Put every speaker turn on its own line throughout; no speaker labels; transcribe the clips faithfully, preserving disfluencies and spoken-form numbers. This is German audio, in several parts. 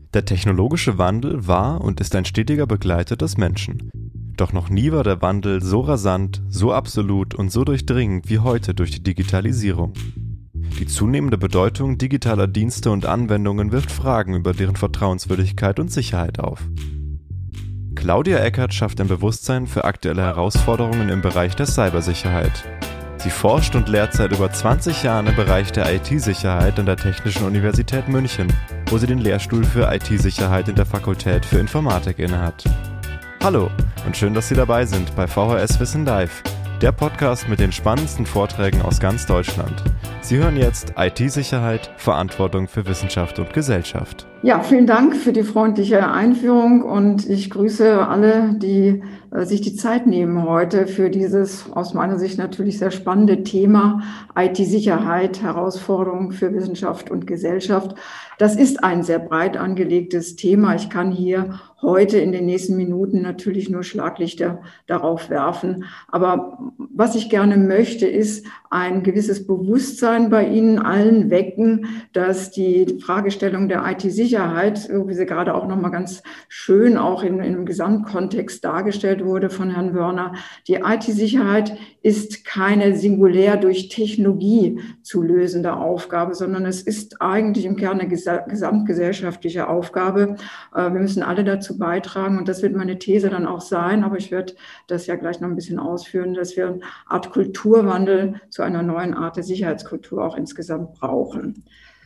Der technologische Wandel war und ist ein stetiger Begleiter des Menschen. Doch noch nie war der Wandel so rasant, so absolut und so durchdringend wie heute durch die Digitalisierung. Die zunehmende Bedeutung digitaler Dienste und Anwendungen wirft Fragen über deren Vertrauenswürdigkeit und Sicherheit auf. Claudia Eckert schafft ein Bewusstsein für aktuelle Herausforderungen im Bereich der Cybersicherheit. Sie forscht und lehrt seit über zwanzig Jahren im Bereich der I T-Sicherheit an der Technischen Universität München, wo sie den Lehrstuhl für I T-Sicherheit in der Fakultät für Informatik innehat. Hallo und schön, dass Sie dabei sind bei V H S Wissen Live, der Podcast mit den spannendsten Vorträgen aus ganz Deutschland. Sie hören jetzt I T-Sicherheit, Verantwortung für Wissenschaft und Gesellschaft.
Ja, vielen Dank für die freundliche Einführung und ich grüße alle, die äh, sich die Zeit nehmen heute für dieses aus meiner Sicht natürlich sehr spannende Thema I T-Sicherheit, Herausforderungen für Wissenschaft und Gesellschaft. Das ist ein sehr breit angelegtes Thema. Ich kann hier heute in den nächsten Minuten natürlich nur Schlaglichter darauf werfen. Aber was ich gerne möchte, ist ein gewisses Bewusstsein bei Ihnen allen wecken, dass die Fragestellung der I T-Sicherheit, so wie sie gerade auch nochmal ganz schön auch in, in einem Gesamtkontext dargestellt wurde von Herrn Wörner, die I T-Sicherheit ist keine singulär durch Technologie zu lösende Aufgabe, sondern es ist eigentlich im Kern eine gesamtgesellschaftliche Aufgabe. Wir müssen alle dazu beitragen und das wird meine These dann auch sein, aber ich werde das ja gleich noch ein bisschen ausführen, dass wir eine Art Kulturwandel zu einer neuen Art der Sicherheitskultur auch insgesamt brauchen.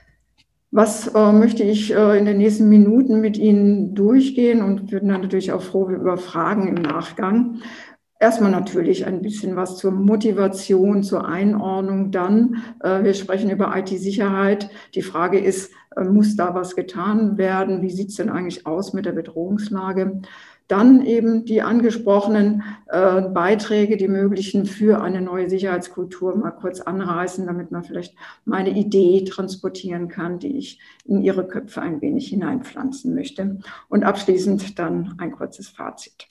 Was äh, möchte ich äh, in den nächsten Minuten mit Ihnen durchgehen und bin dann natürlich auch froh über Fragen im Nachgang. Erstmal natürlich ein bisschen was zur Motivation, zur Einordnung dann. Äh, wir sprechen über I T-Sicherheit. Die Frage ist, äh, muss da was getan werden? Wie sieht es denn eigentlich aus mit der Bedrohungslage? Dann eben die angesprochenen äh, Beiträge, die möglichen für eine neue Sicherheitskultur mal kurz anreißen, damit man vielleicht meine Idee transportieren kann, die ich in Ihre Köpfe ein wenig hineinpflanzen möchte. Und abschließend dann ein kurzes Fazit.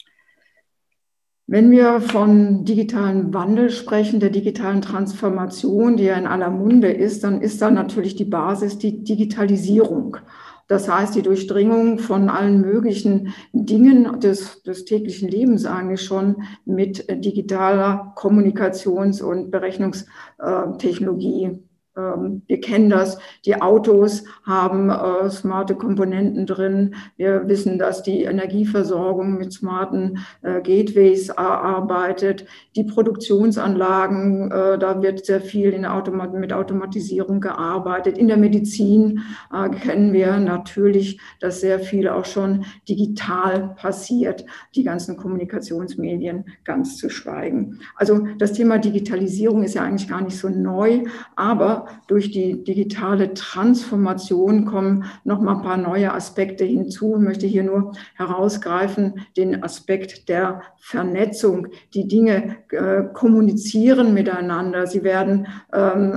Wenn wir von digitalen Wandel sprechen, der digitalen Transformation, die ja in aller Munde ist, dann ist da natürlich die Basis die Digitalisierung. Das heißt, die Durchdringung von allen möglichen Dingen des, des täglichen Lebens eigentlich schon mit digitaler Kommunikations- und Berechnungstechnologie. Wir kennen das, die Autos haben äh, smarte Komponenten drin. Wir wissen, dass die Energieversorgung mit smarten äh, Gateways äh, arbeitet. Die Produktionsanlagen, äh, da wird sehr viel in Automat- mit Automatisierung gearbeitet. In der Medizin äh, kennen wir natürlich, dass sehr viel auch schon digital passiert. Die ganzen Kommunikationsmedien ganz zu schweigen. Also das Thema Digitalisierung ist ja eigentlich gar nicht so neu, aber durch die digitale Transformation kommen noch mal ein paar neue Aspekte hinzu. Ich möchte hier nur herausgreifen den Aspekt der Vernetzung. Die Dinge äh, kommunizieren miteinander. Sie werden, ähm,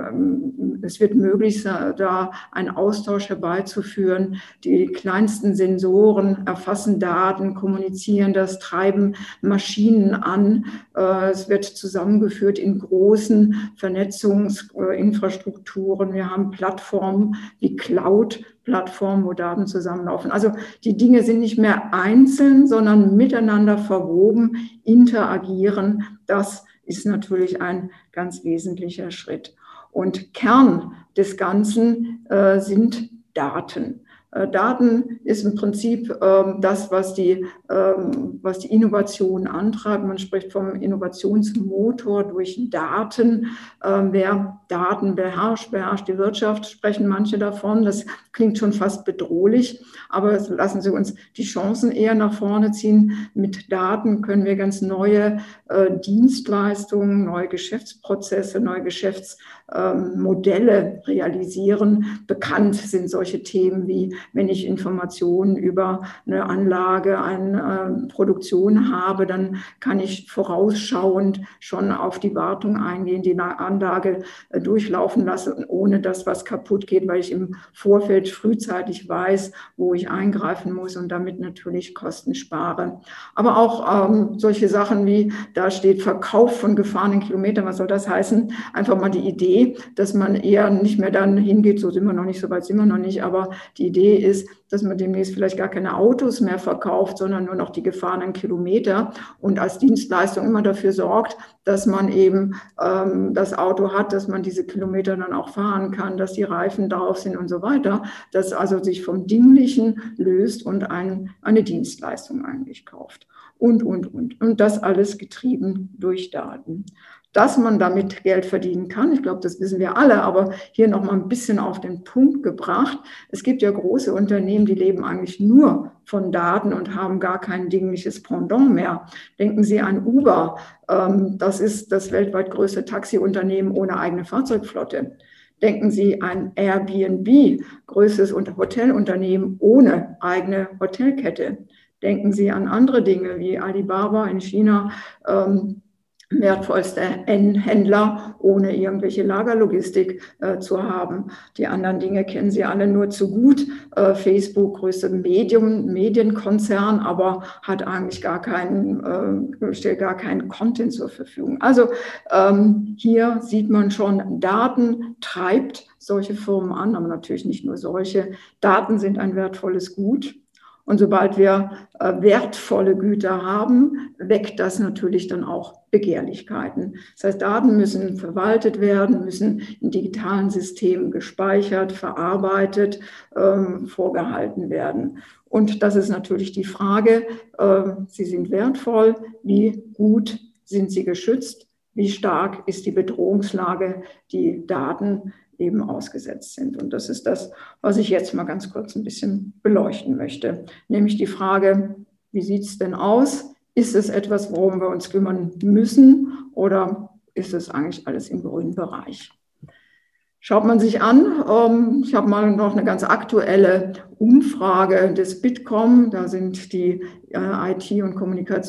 äh, es wird möglich sein, da einen Austausch herbeizuführen. Die kleinsten Sensoren erfassen Daten, kommunizieren das, treiben Maschinen an. Äh, es wird zusammengeführt in großen Vernetzungsinfrastrukturen. Infrastrukturen, wir haben Plattformen wie Cloud-Plattformen, wo Daten zusammenlaufen. Also die Dinge sind nicht mehr einzeln, sondern miteinander verwoben, interagieren. Das ist natürlich ein ganz wesentlicher Schritt. Und Kern des Ganzen äh, sind Daten. Daten ist im Prinzip ähm, das, was die, ähm, was die Innovation antreibt. Man spricht vom Innovationsmotor durch Daten. Ähm, wer Daten beherrscht, beherrscht die Wirtschaft, sprechen manche davon. Das klingt schon fast bedrohlich, aber lassen Sie uns die Chancen eher nach vorne ziehen. Mit Daten können wir ganz neue äh, Dienstleistungen, neue Geschäftsprozesse, neue Geschäftsmodelle realisieren. Bekannt sind solche Themen wie, wenn ich Informationen über eine Anlage, eine äh, Produktion habe, dann kann ich vorausschauend schon auf die Wartung eingehen, die Anlage äh, durchlaufen lassen, ohne dass was kaputt geht, weil ich im Vorfeld frühzeitig weiß, wo ich eingreifen muss und damit natürlich Kosten spare. Aber auch ähm, solche Sachen wie, da steht Verkauf von gefahrenen Kilometern, was soll das heißen? Einfach mal die Idee, dass man eher nicht mehr dann hingeht, so sind wir noch nicht, so weit sind wir noch nicht, aber die Idee Idee ist, dass man demnächst vielleicht gar keine Autos mehr verkauft, sondern nur noch die gefahrenen Kilometer und als Dienstleistung immer dafür sorgt, dass man eben ähm, das Auto hat, dass man diese Kilometer dann auch fahren kann, dass die Reifen drauf sind und so weiter, dass also sich vom Dinglichen löst und ein, eine Dienstleistung eigentlich kauft. Und, und, und. Und das alles getrieben durch Daten. Dass man damit Geld verdienen kann, ich glaube, das wissen wir alle, aber hier noch mal ein bisschen auf den Punkt gebracht. Es gibt ja große Unternehmen, die leben eigentlich nur von Daten und haben gar kein dingliches Pendant mehr. Denken Sie an Uber. Das ist das weltweit größte Taxiunternehmen ohne eigene Fahrzeugflotte. Denken Sie an Airbnb, größtes Hotelunternehmen ohne eigene Hotelkette. Denken Sie an andere Dinge wie Alibaba in China, ähm, wertvollster Händler, ohne irgendwelche Lagerlogistik äh, zu haben. Die anderen Dinge kennen Sie alle nur zu gut. Äh, Facebook, größte Medium, Medienkonzern, aber hat eigentlich gar keinen, äh, stellt gar keinen Content zur Verfügung. Also ähm, hier sieht man schon, Daten treibt solche Firmen an, aber natürlich nicht nur solche. Daten sind ein wertvolles Gut. Und sobald wir äh, wertvolle Güter haben, weckt das natürlich dann auch Begehrlichkeiten. Das heißt, Daten müssen verwaltet werden, müssen in digitalen Systemen gespeichert, verarbeitet, ähm, vorgehalten werden. Und das ist natürlich die Frage, äh, sie sind wertvoll, wie gut sind sie geschützt, wie stark ist die Bedrohungslage, die Daten eben ausgesetzt sind. Und das ist das, was ich jetzt mal ganz kurz ein bisschen beleuchten möchte. Nämlich die Frage, wie sieht es denn aus? Ist es etwas, worum wir uns kümmern müssen oder ist es eigentlich alles im grünen Bereich? Schaut man sich an, ähm, ich habe mal noch eine ganz aktuelle Umfrage des Bitkom, da sind die äh, I T- und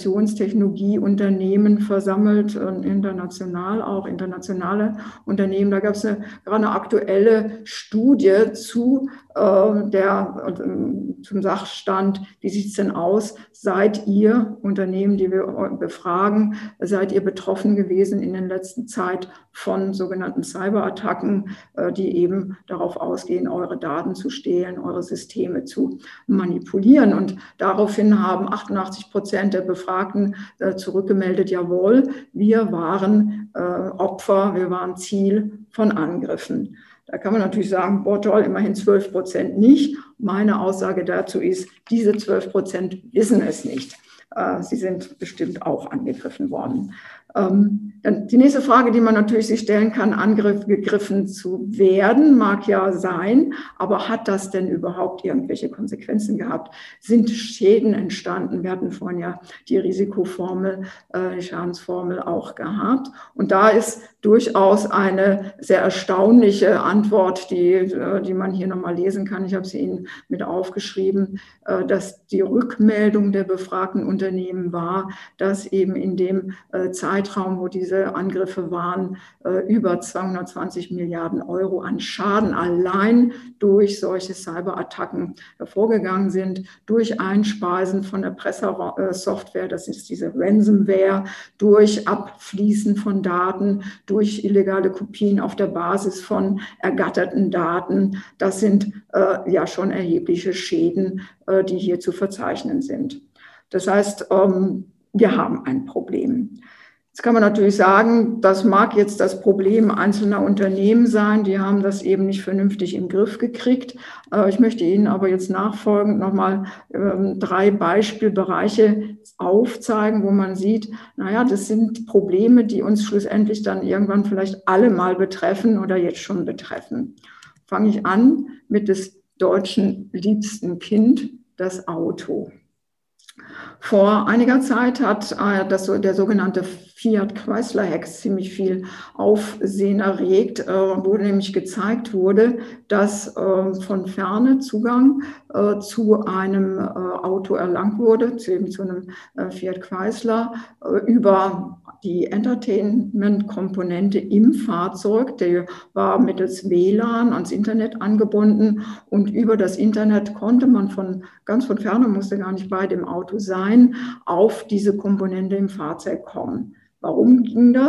Kommunikationstechnologieunternehmen versammelt, äh, international auch, internationale Unternehmen. Da gab es eine, gerade eine aktuelle Studie zu äh, der, äh, zum Sachstand, wie sieht es denn aus? Seid ihr, Unternehmen, die wir befragen, seid ihr betroffen gewesen in der letzten Zeit von sogenannten Cyberattacken, äh, die eben darauf ausgehen, eure Daten zu stehlen, eure Systeme zu manipulieren. Und daraufhin haben achtundachtzig Prozent der Befragten äh, zurückgemeldet, jawohl, wir waren äh, Opfer, wir waren Ziel von Angriffen. Da kann man natürlich sagen, boah toll, immerhin zwölf Prozent nicht. Meine Aussage dazu ist, diese zwölf Prozent wissen es nicht. Äh, sie sind bestimmt auch angegriffen worden. Ähm, dann die nächste Frage, die man natürlich sich stellen kann, angegriffen zu werden, mag ja sein, aber hat das denn überhaupt irgendwelche Konsequenzen gehabt? Sind Schäden entstanden? Wir hatten vorhin ja die Risikoformel, äh, die Schadensformel auch gehabt. Und da ist durchaus eine sehr erstaunliche Antwort, die, äh, die man hier nochmal lesen kann. Ich habe sie Ihnen mit aufgeschrieben, äh, dass die Rückmeldung der befragten Unternehmen war, dass eben in dem äh, Zeitraum, wo diese Angriffe waren, über zweihundertzwanzig Milliarden Euro an Schaden allein durch solche Cyberattacken hervorgegangen sind, durch Einspeisen von Erpressersoftware, das ist diese Ransomware, durch Abfließen von Daten, durch illegale Kopien auf der Basis von ergatterten Daten. Das sind äh, ja schon erhebliche Schäden, äh, die hier zu verzeichnen sind. Das heißt, ähm, wir haben ein Problem. Jetzt kann man natürlich sagen, das mag jetzt das Problem einzelner Unternehmen sein, die haben das eben nicht vernünftig im Griff gekriegt. Ich möchte Ihnen aber jetzt nachfolgend nochmal drei Beispielbereiche aufzeigen, wo man sieht, naja, das sind Probleme, die uns schlussendlich dann irgendwann vielleicht alle mal betreffen oder jetzt schon betreffen. Fange ich an mit des Deutschen liebsten Kind, das Auto. Vor einiger Zeit hat äh, das, der sogenannte Fiat-Chrysler-Hack ziemlich viel Aufsehen erregt, äh, wo nämlich gezeigt wurde, dass äh, von Ferne Zugang äh, zu einem äh, Auto erlangt wurde, zu, eben zu einem äh, Fiat Chrysler, äh, über die Entertainment-Komponente im Fahrzeug, der war mittels W L A N ans Internet angebunden und über das Internet konnte man von ganz von Ferne, musste gar nicht bei dem Auto sein, auf diese Komponente im Fahrzeug kommen. Warum ging das?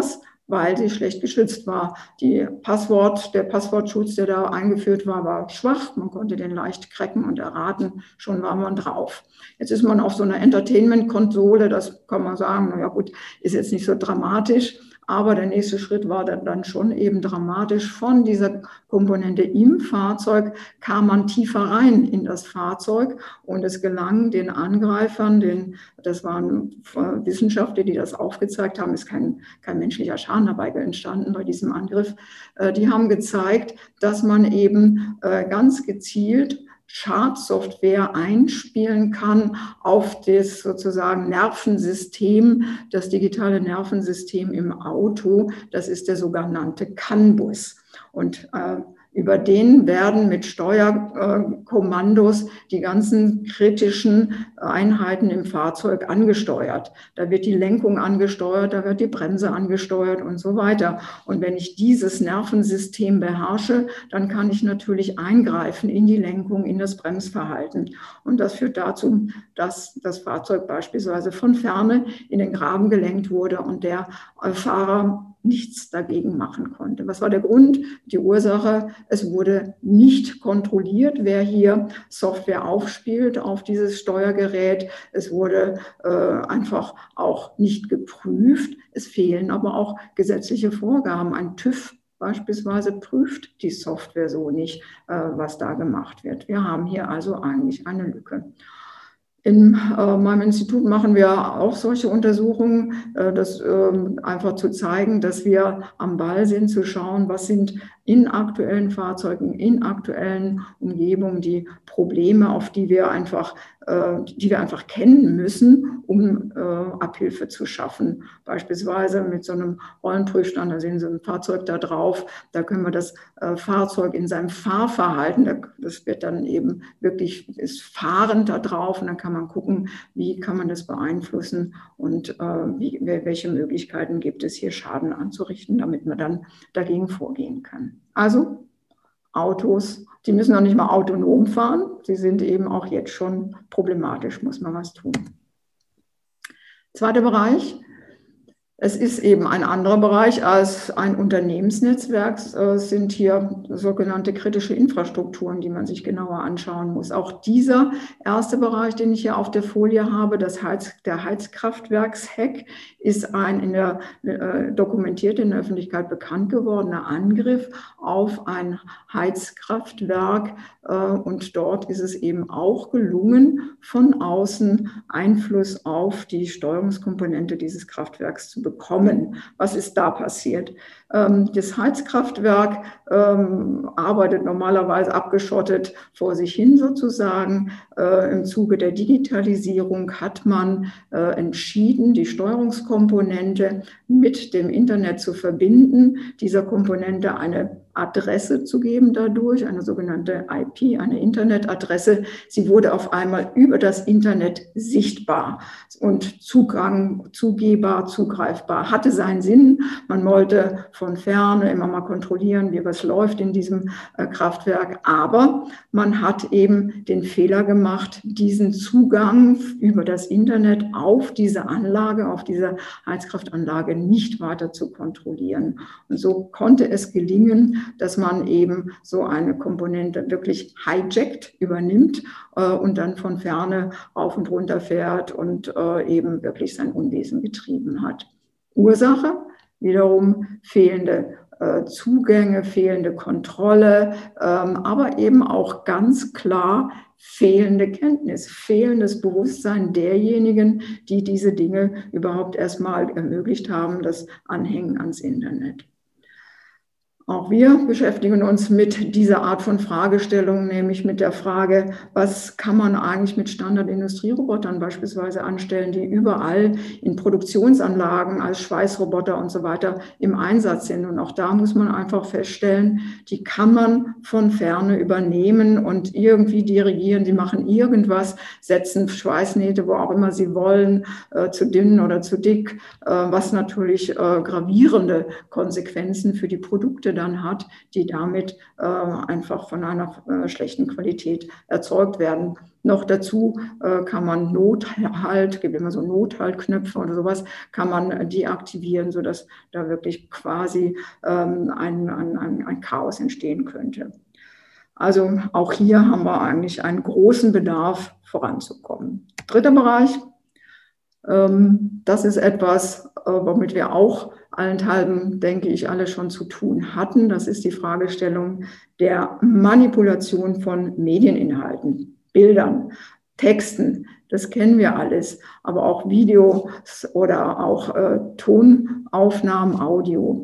weil sie schlecht geschützt war. Die Passwort, der Passwortschutz, der da eingeführt war, war schwach. Man konnte den leicht cracken und erraten, schon war man drauf. Jetzt ist man auf so einer Entertainment-Konsole, das kann man sagen, naja gut, ist jetzt nicht so dramatisch. Aber der nächste Schritt war dann schon eben dramatisch. Von dieser Komponente im Fahrzeug kam man tiefer rein in das Fahrzeug und es gelang den Angreifern, den, das waren Wissenschaftler, die das aufgezeigt haben, ist kein, kein menschlicher Schaden dabei entstanden bei diesem Angriff. Die haben gezeigt, dass man eben ganz gezielt Schadsoftware einspielen kann auf das sozusagen Nervensystem, das digitale Nervensystem im Auto. Das ist der sogenannte CAN-Bus. Und äh, über den werden mit Steuerkommandos die ganzen kritischen Einheiten im Fahrzeug angesteuert. Da wird die Lenkung angesteuert, da wird die Bremse angesteuert und so weiter. Und wenn ich dieses Nervensystem beherrsche, dann kann ich natürlich eingreifen in die Lenkung, in das Bremsverhalten. Und das führt dazu, dass das Fahrzeug beispielsweise von Ferne in den Graben gelenkt wurde und der Fahrer nichts dagegen machen konnte. Was war der Grund? Die Ursache, es wurde nicht kontrolliert, wer hier Software aufspielt auf dieses Steuergerät. Es wurde äh, einfach auch nicht geprüft. Es fehlen aber auch gesetzliche Vorgaben. Ein TÜV beispielsweise prüft die Software so nicht, äh, was da gemacht wird. Wir haben hier also eigentlich eine Lücke. In äh, meinem Institut machen wir auch solche Untersuchungen, äh, das, äh, einfach zu zeigen, dass wir am Ball sind, zu schauen, was sind in aktuellen Fahrzeugen, in aktuellen Umgebungen die Probleme, auf die wir einfach, äh, die wir einfach kennen müssen, um äh, Abhilfe zu schaffen. Beispielsweise mit so einem Rollenprüfstand, da sehen Sie ein Fahrzeug da drauf, da können wir das äh, Fahrzeug in seinem Fahrverhalten, da, das wird dann eben wirklich, ist fahrend da drauf und dann kann man gucken, wie kann man das beeinflussen und äh, wie, welche Möglichkeiten gibt es hier Schaden anzurichten, damit man dann dagegen vorgehen kann. Also Autos, die müssen noch nicht mal autonom fahren, sie sind eben auch jetzt schon problematisch, muss man was tun. Zweiter Bereich. Es ist eben ein anderer Bereich als ein Unternehmensnetzwerk. Es sind hier sogenannte kritische Infrastrukturen, die man sich genauer anschauen muss. Auch dieser erste Bereich, den ich hier auf der Folie habe, das Heiz, der Heizkraftwerkshack, ist ein in der äh, dokumentiert in der Öffentlichkeit bekannt gewordener Angriff auf ein Heizkraftwerk. Äh, und dort ist es eben auch gelungen, von außen Einfluss auf die Steuerungskomponente dieses Kraftwerks zu bekommen. Was ist da passiert? Ähm, das Heizkraftwerk ähm, arbeitet normalerweise abgeschottet vor sich hin sozusagen. Äh, im Zuge der Digitalisierung hat man äh, entschieden, die Steuerungskomponente mit dem Internet zu verbinden, dieser Komponente eine Adresse zu geben dadurch, eine sogenannte I P, eine Internetadresse. Sie wurde auf einmal über das Internet sichtbar und Zugang, zugehbar, zugreifbar. Hatte seinen Sinn. Man wollte von Ferne immer mal kontrollieren, wie was läuft in diesem äh, Kraftwerk. Aber man hat eben den Fehler gemacht, diesen Zugang über das Internet auf diese Anlage, auf diese Heizkraftanlage nicht weiter zu kontrollieren. Und so konnte es gelingen, dass man eben so eine Komponente wirklich hijackt, übernimmt äh, und dann von Ferne rauf und runter fährt und äh, eben wirklich sein Unwesen getrieben hat. Ursache wiederum fehlende äh, Zugänge, fehlende Kontrolle, ähm, aber eben auch ganz klar fehlende Kenntnis, fehlendes Bewusstsein derjenigen, die diese Dinge überhaupt erstmal ermöglicht haben, das Anhängen ans Internet. Auch wir beschäftigen uns mit dieser Art von Fragestellung, nämlich mit der Frage, was kann man eigentlich mit Standard-Industrierobotern beispielsweise anstellen, die überall in Produktionsanlagen als Schweißroboter und so weiter im Einsatz sind. Und auch da muss man einfach feststellen, die kann man von Ferne übernehmen und irgendwie dirigieren. Sie machen irgendwas, setzen Schweißnähte, wo auch immer sie wollen, äh, zu dünn oder zu dick, äh, was natürlich äh, gravierende Konsequenzen für die Produkte Bildern hat, die damit äh, einfach von einer äh, schlechten Qualität erzeugt werden. Noch dazu äh, kann man Nothalt, gibt immer so Nothaltknöpfe oder sowas, kann man deaktivieren, sodass da wirklich quasi ähm, ein, ein, ein Chaos entstehen könnte. Also auch hier haben wir eigentlich einen großen Bedarf, voranzukommen. Dritter Bereich, ähm, das ist etwas, äh, womit wir auch allenthalben, denke ich, alle schon zu tun hatten. Das ist die Fragestellung der Manipulation von Medieninhalten, Bildern, Texten. Das kennen wir alles, aber auch Videos oder auch äh, Tonaufnahmen, Audio.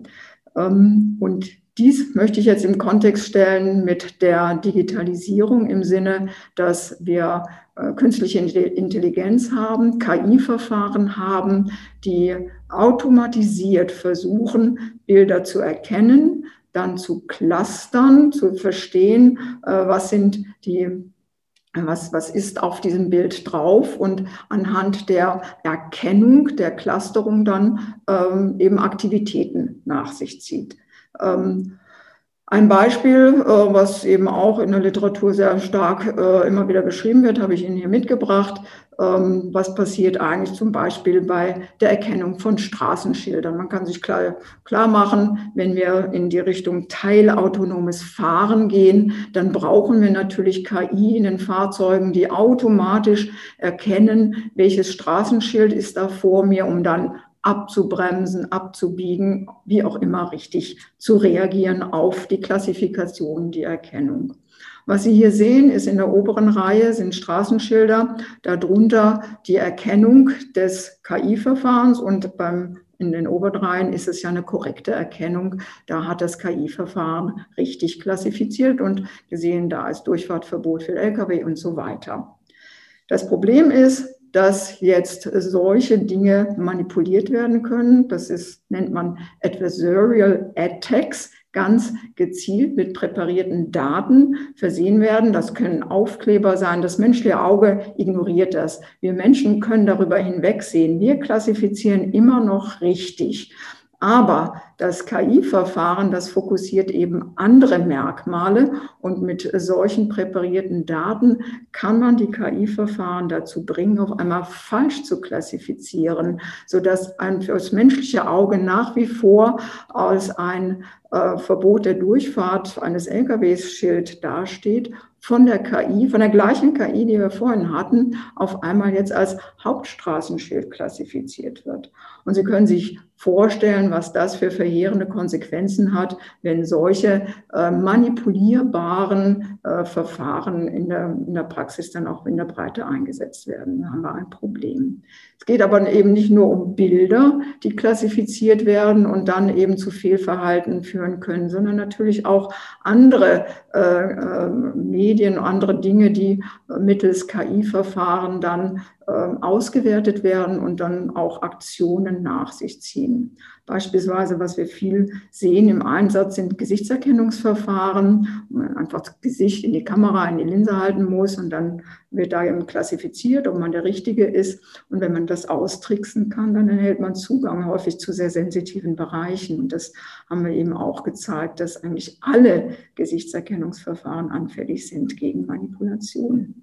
Ähm, und dies möchte ich jetzt im Kontext stellen mit der Digitalisierung im Sinne, dass wir äh, künstliche Intelligenz haben, K I-Verfahren haben, die automatisiert versuchen, Bilder zu erkennen, dann zu clustern, zu verstehen, äh, was sind die Was, was ist auf diesem Bild drauf und anhand der Erkennung, der Clusterung dann ähm, eben Aktivitäten nach sich zieht. Ähm, ein Beispiel, äh, was eben auch in der Literatur sehr stark äh, immer wieder beschrieben wird, habe ich Ihnen hier mitgebracht. Ähm, was passiert eigentlich zum Beispiel bei der Erkennung von Straßenschildern? Man kann sich klar, klar machen, wenn wir in die Richtung teilautonomes Fahren gehen, dann brauchen wir natürlich K I in den Fahrzeugen, die automatisch erkennen, welches Straßenschild ist da vor mir, um dann abzubremsen, abzubiegen, wie auch immer richtig zu reagieren auf die Klassifikation, die Erkennung. Was Sie hier sehen, ist in der oberen Reihe sind Straßenschilder, darunter die Erkennung des K I-Verfahrens und beim, in den oberen Reihen ist es ja eine korrekte Erkennung. Da hat das K I-Verfahren richtig klassifiziert und gesehen, da ist Durchfahrtverbot für L K W und so weiter. Das Problem ist, dass jetzt solche Dinge manipuliert werden können. Das ist, nennt man Adversarial Attacks, ganz gezielt mit präparierten Daten versehen werden. Das können Aufkleber sein. Das menschliche Auge ignoriert das. Wir Menschen können darüber hinwegsehen. Wir klassifizieren immer noch richtig. Aber das K I-Verfahren, das fokussiert eben andere Merkmale und mit solchen präparierten Daten kann man die K I-Verfahren dazu bringen, auf einmal falsch zu klassifizieren, sodass ein für das menschliche Auge nach wie vor als ein äh, Verbot der Durchfahrt eines L K W-Schild dasteht, von der K I, von der gleichen K I, die wir vorhin hatten, auf einmal jetzt als Hauptstraßenschild klassifiziert wird. Und Sie können sich vorstellen, was das für verheerende Konsequenzen hat, wenn solche äh, manipulierbaren äh, Verfahren in der, in der Praxis dann auch in der Breite eingesetzt werden. Da haben wir ein Problem. Es geht aber eben nicht nur um Bilder, die klassifiziert werden und dann eben zu Fehlverhalten führen können, sondern natürlich auch andere äh, äh, Medien, andere Dinge, die äh, mittels K I-Verfahren dann äh, ausgewertet werden und dann auch Aktionen nach sich ziehen. Beispielsweise, was wir viel sehen im Einsatz, sind Gesichtserkennungsverfahren, wo man einfach das Gesicht in die Kamera, in die Linse halten muss und dann wird da eben klassifiziert, ob man der Richtige ist. Und wenn man das austricksen kann, dann erhält man Zugang häufig zu sehr sensitiven Bereichen. Und das haben wir eben auch gezeigt, dass eigentlich alle Gesichtserkennungsverfahren anfällig sind gegen Manipulation.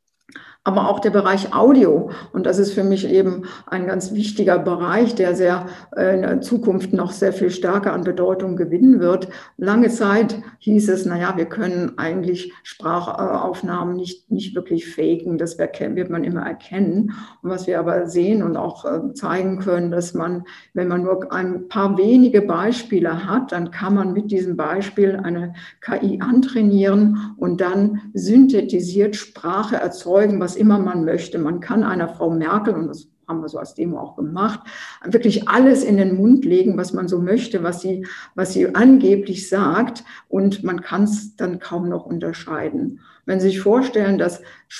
Aber auch der Bereich Audio. Und das ist für mich eben ein ganz wichtiger Bereich, der sehr in der Zukunft noch sehr viel stärker an Bedeutung gewinnen wird. Lange Zeit hieß es, naja, wir können eigentlich Sprachaufnahmen nicht, nicht wirklich faken. Das wird man immer erkennen. Und was wir aber sehen und auch zeigen können, dass man, wenn man nur ein paar wenige Beispiele hat, dann kann man mit diesem Beispiel eine K I antrainieren und dann synthetisiert Sprache erzeugen, was immer man möchte. Man kann einer Frau Merkel, und das haben wir so als Demo auch gemacht, wirklich alles in den Mund legen, was man so möchte, was sie, was sie angeblich sagt, und man kann es dann kaum noch unterscheiden. Wenn Sie sich vorstellen, dass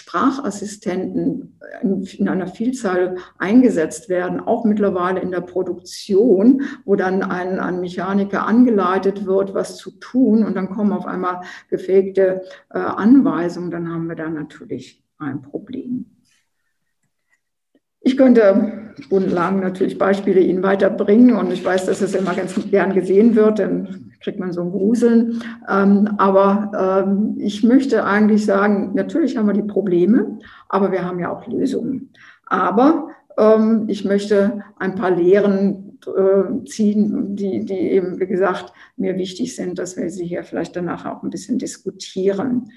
Sprachassistenten in einer Vielzahl eingesetzt werden, auch mittlerweile in der Produktion, wo dann ein, ein Mechaniker angeleitet wird, was zu tun, und dann kommen auf einmal gefakte äh, Anweisungen, dann haben wir da natürlich ein Problem. Ich könnte stundenlang natürlich Beispiele Ihnen weiterbringen und ich weiß, dass es immer ganz gern gesehen wird, dann kriegt man so ein Gruseln. Ähm, aber ähm, ich möchte eigentlich sagen, natürlich haben wir die Probleme, aber wir haben ja auch Lösungen. Aber ähm, ich möchte ein paar Lehren äh, ziehen, die, die eben, wie gesagt, mir wichtig sind, dass wir sie hier vielleicht danach auch ein bisschen diskutieren.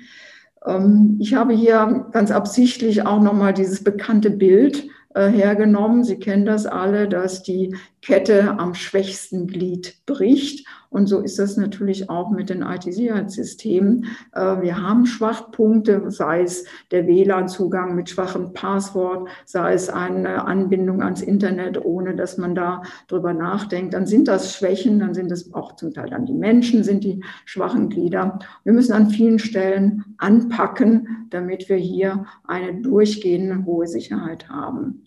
Ähm, ich habe hier ganz absichtlich auch nochmal dieses bekannte Bild äh, hergenommen. Sie kennen das alle, dass die Kette am schwächsten Glied bricht. Und so ist das natürlich auch mit den I T-Sicherheitssystemen. Äh, wir haben Schwachpunkte, sei es der W L A N-Zugang mit schwachem Passwort, sei es eine Anbindung ans Internet, ohne dass man da drüber nachdenkt. Dann sind das Schwächen, dann sind es auch zum Teil dann die Menschen, sind die schwachen Glieder. Wir müssen an vielen Stellen anpacken, damit wir hier eine durchgehende hohe Sicherheit haben.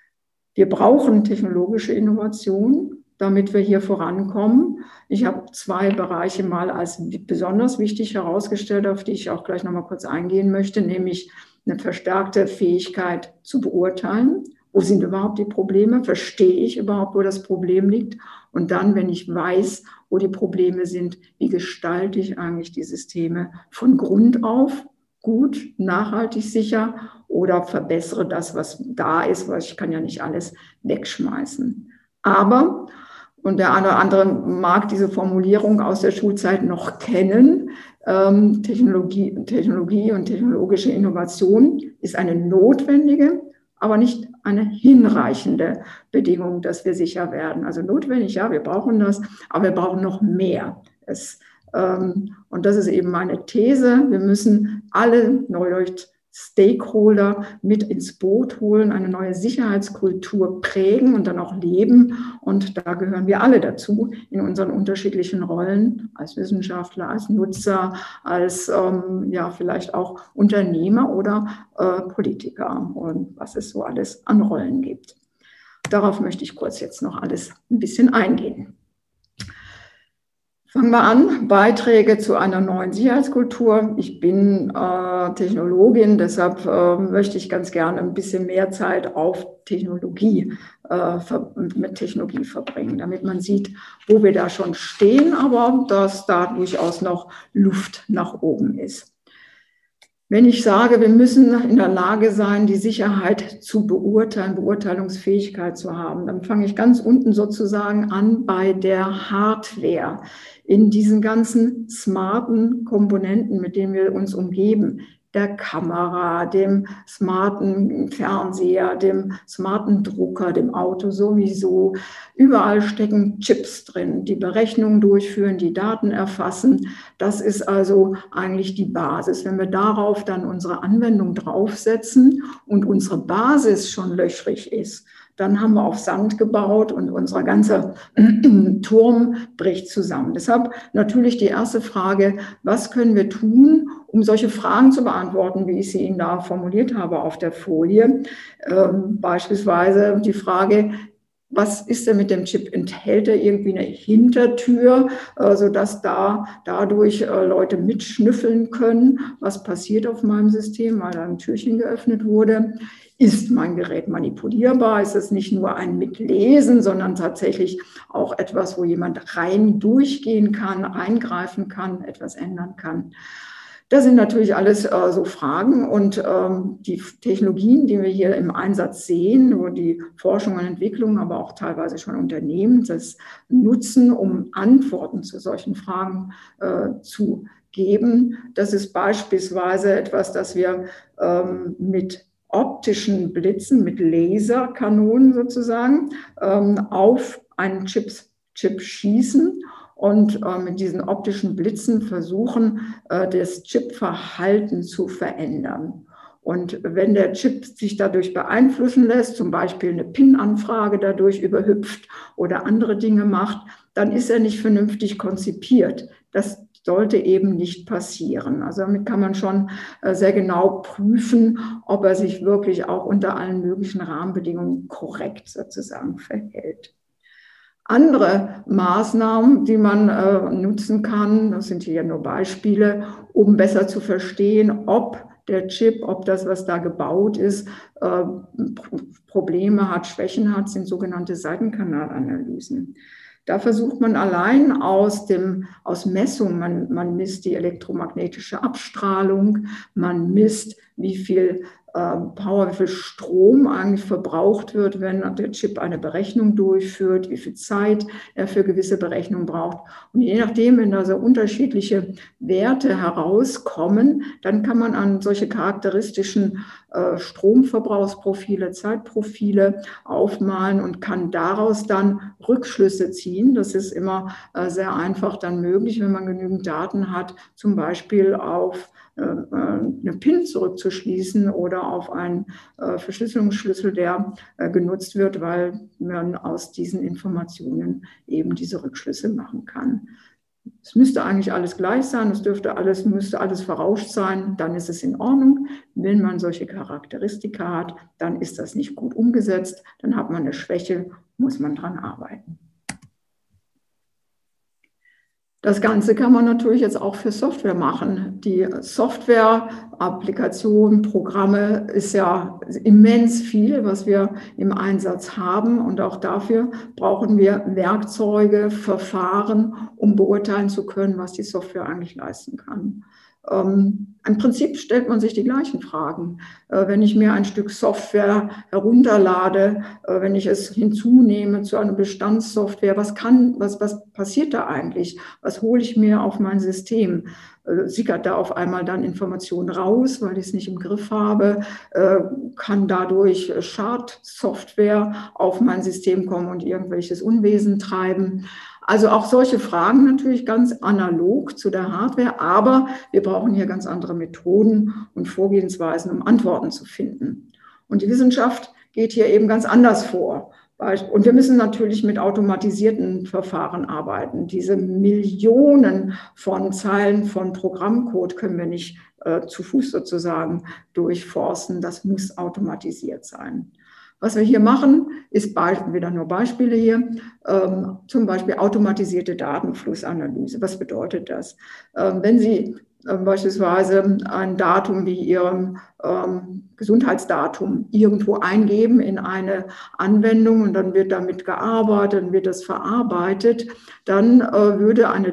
Wir brauchen technologische Innovation, damit wir hier vorankommen. Ich habe zwei Bereiche mal als besonders wichtig herausgestellt, auf die ich auch gleich noch mal kurz eingehen möchte, nämlich eine verstärkte Fähigkeit zu beurteilen. Wo sind überhaupt die Probleme? Verstehe ich überhaupt, wo das Problem liegt? Und dann, wenn ich weiß, wo die Probleme sind, wie gestalte ich eigentlich die Systeme von Grund auf gut, nachhaltig sicher oder verbessere das, was da ist, weil ich kann ja nicht alles wegschmeißen. Aber, und der eine oder andere mag diese Formulierung aus der Schulzeit noch kennen, ähm, Technologie, Technologie und technologische Innovation ist eine notwendige, aber nicht eine hinreichende Bedingung, dass wir sicher werden. Also notwendig, ja, wir brauchen das, aber wir brauchen noch mehr. Es, ähm, und das ist eben meine These. Wir müssen alle Neudeutsch Stakeholder mit ins Boot holen, eine neue Sicherheitskultur prägen und dann auch leben. Und da gehören wir alle dazu in unseren unterschiedlichen Rollen als Wissenschaftler, als Nutzer, als ähm, ja vielleicht auch Unternehmer oder äh, Politiker und was es so alles an Rollen gibt. Darauf möchte ich kurz jetzt noch alles ein bisschen eingehen. Fangen wir an, Beiträge zu einer neuen Sicherheitskultur. Ich bin äh, Technologin, deshalb äh, möchte ich ganz gerne ein bisschen mehr Zeit auf Technologie, äh, mit Technologie verbringen, damit man sieht, wo wir da schon stehen, aber dass da durchaus noch Luft nach oben ist. Wenn ich sage, wir müssen in der Lage sein, die Sicherheit zu beurteilen, Beurteilungsfähigkeit zu haben, dann fange ich ganz unten sozusagen an bei der Hardware. In diesen ganzen smarten Komponenten, mit denen wir uns umgeben, der Kamera, dem smarten Fernseher, dem smarten Drucker, dem Auto sowieso. Überall stecken Chips drin, die Berechnungen durchführen, die Daten erfassen. Das ist also eigentlich die Basis. Wenn wir darauf dann unsere Anwendung draufsetzen und unsere Basis schon löchrig ist, dann haben wir auf Sand gebaut und unser ganzer Turm bricht zusammen. Deshalb natürlich die erste Frage, was können wir tun, um solche Fragen zu beantworten, wie ich sie Ihnen da formuliert habe auf der Folie. Ähm, beispielsweise die Frage, was ist denn mit dem Chip? Enthält er irgendwie eine Hintertür, äh, sodass da dadurch äh, Leute mitschnüffeln können? Was passiert auf meinem System, weil da ein Türchen geöffnet wurde? Ist mein Gerät manipulierbar? Ist es nicht nur ein Mitlesen, sondern tatsächlich auch etwas, wo jemand rein durchgehen kann, eingreifen kann, etwas ändern kann? Das sind natürlich alles äh, so Fragen und ähm, die Technologien, die wir hier im Einsatz sehen, wo die Forschung und Entwicklung, aber auch teilweise schon Unternehmen das nutzen, um Antworten zu solchen Fragen äh, zu geben. Das ist beispielsweise etwas, das wir ähm, mit optischen Blitzen, mit Laserkanonen sozusagen, ähm, auf einen Chip, Chip schießen und äh, mit diesen optischen Blitzen versuchen, äh, das Chipverhalten zu verändern. Und wenn der Chip sich dadurch beeinflussen lässt, zum Beispiel eine P I N-Anfrage dadurch überhüpft oder andere Dinge macht, dann ist er nicht vernünftig konzipiert. Das sollte eben nicht passieren. Also damit kann man schon sehr genau prüfen, ob er sich wirklich auch unter allen möglichen Rahmenbedingungen korrekt sozusagen verhält. Andere Maßnahmen, die man äh, nutzen kann, das sind hier nur Beispiele, um besser zu verstehen, ob der Chip, ob das, was da gebaut ist, äh, Probleme hat, Schwächen hat, sind sogenannte Seitenkanalanalysen. Da versucht man allein aus, dem, aus Messung, man, man misst die elektromagnetische Abstrahlung, man misst, wie viel äh, Power, wie viel Strom eigentlich verbraucht wird, wenn der Chip eine Berechnung durchführt, wie viel Zeit er für gewisse Berechnungen braucht. Und je nachdem, wenn da so unterschiedliche Werte herauskommen, dann kann man an solche charakteristischen äh, Stromverbrauchsprofile, Zeitprofile aufmalen und kann daraus dann Rückschlüsse ziehen. Das ist immer äh, sehr einfach dann möglich, wenn man genügend Daten hat, zum Beispiel auf äh, eine PIN zurückzuschließen oder auf einen äh, Verschlüsselungsschlüssel, der äh, genutzt wird, weil man aus diesen Informationen eben diese Rückschlüsse machen kann. Es müsste eigentlich alles gleich sein, es dürfte alles, müsste alles verrauscht sein, dann ist es in Ordnung. Wenn man solche Charakteristika hat, dann ist das nicht gut umgesetzt, dann hat man eine Schwäche, muss man dran arbeiten. Das Ganze kann man natürlich jetzt auch für Software machen. Die Software, Applikationen, Programme ist ja immens viel, was wir im Einsatz haben. Und auch dafür brauchen wir Werkzeuge, Verfahren, um beurteilen zu können, was die Software eigentlich leisten kann. Ähm, Im Prinzip stellt man sich die gleichen Fragen. Äh, wenn ich mir ein Stück Software herunterlade, äh, wenn ich es hinzunehme zu einer Bestandssoftware, was kann, was, was passiert da eigentlich? Was hole ich mir auf mein System? Äh, sickert da auf einmal dann Information raus, weil ich es nicht im Griff habe? Äh, kann dadurch Schadsoftware auf mein System kommen und irgendwelches Unwesen treiben? Also auch solche Fragen natürlich ganz analog zu der Hardware, aber wir brauchen hier ganz andere Methoden und Vorgehensweisen, um Antworten zu finden. Und die Wissenschaft geht hier eben ganz anders vor. Und wir müssen natürlich mit automatisierten Verfahren arbeiten. Diese Millionen von Zeilen von Programmcode können wir nicht äh, zu Fuß sozusagen durchforsten. Das muss automatisiert sein. Was wir hier machen, ist wieder nur Beispiele hier, ähm, zum Beispiel automatisierte Datenflussanalyse. Was bedeutet das? Ähm, wenn Sie äh, beispielsweise ein Datum wie Ihrem ähm, Gesundheitsdatum irgendwo eingeben in eine Anwendung und dann wird damit gearbeitet, dann wird das verarbeitet, dann äh, würde eine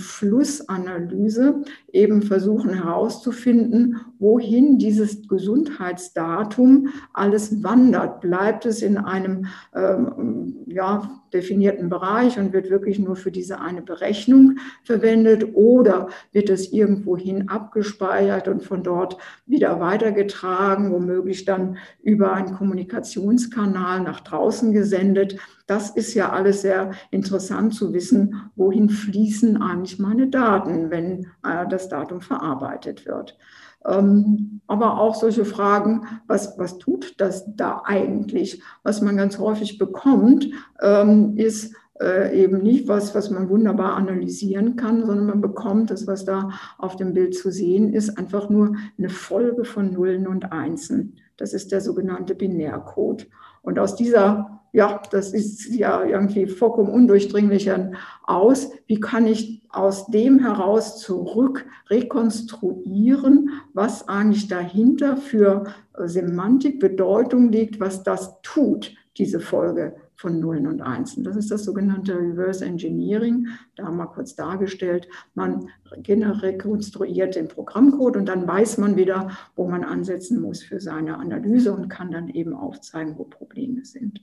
Datenflussanalyse eben versuchen herauszufinden, wohin dieses Gesundheitsdatum alles wandert. Bleibt es in einem ähm, ja, definierten Bereich und wird wirklich nur für diese eine Berechnung verwendet oder wird es irgendwohin abgespeichert und von dort wieder weitergetragen, womöglich dann über einen Kommunikationskanal nach draußen gesendet. Das ist ja alles sehr interessant zu wissen, wohin fließen eigentlich meine Daten, wenn äh, das Datum verarbeitet wird. Ähm, aber auch solche Fragen, was, was tut das da eigentlich? Was man ganz häufig bekommt, ähm, ist äh, eben nicht was, was man wunderbar analysieren kann, sondern man bekommt das, was da auf dem Bild zu sehen ist, einfach nur eine Folge von Nullen und Einsen. Das ist der sogenannte Binärcode. Und aus dieser, ja, das ist ja irgendwie vollkommen undurchdringlich aus, wie kann ich aus dem heraus zurück rekonstruieren, was eigentlich dahinter für Semantik, Bedeutung liegt, was das tut, diese Folge von Nullen und Einsen. Das ist das sogenannte Reverse Engineering, da haben wir kurz dargestellt. Man rekonstruiert den Programmcode und dann weiß man wieder, wo man ansetzen muss für seine Analyse und kann dann eben aufzeigen, wo Probleme sind.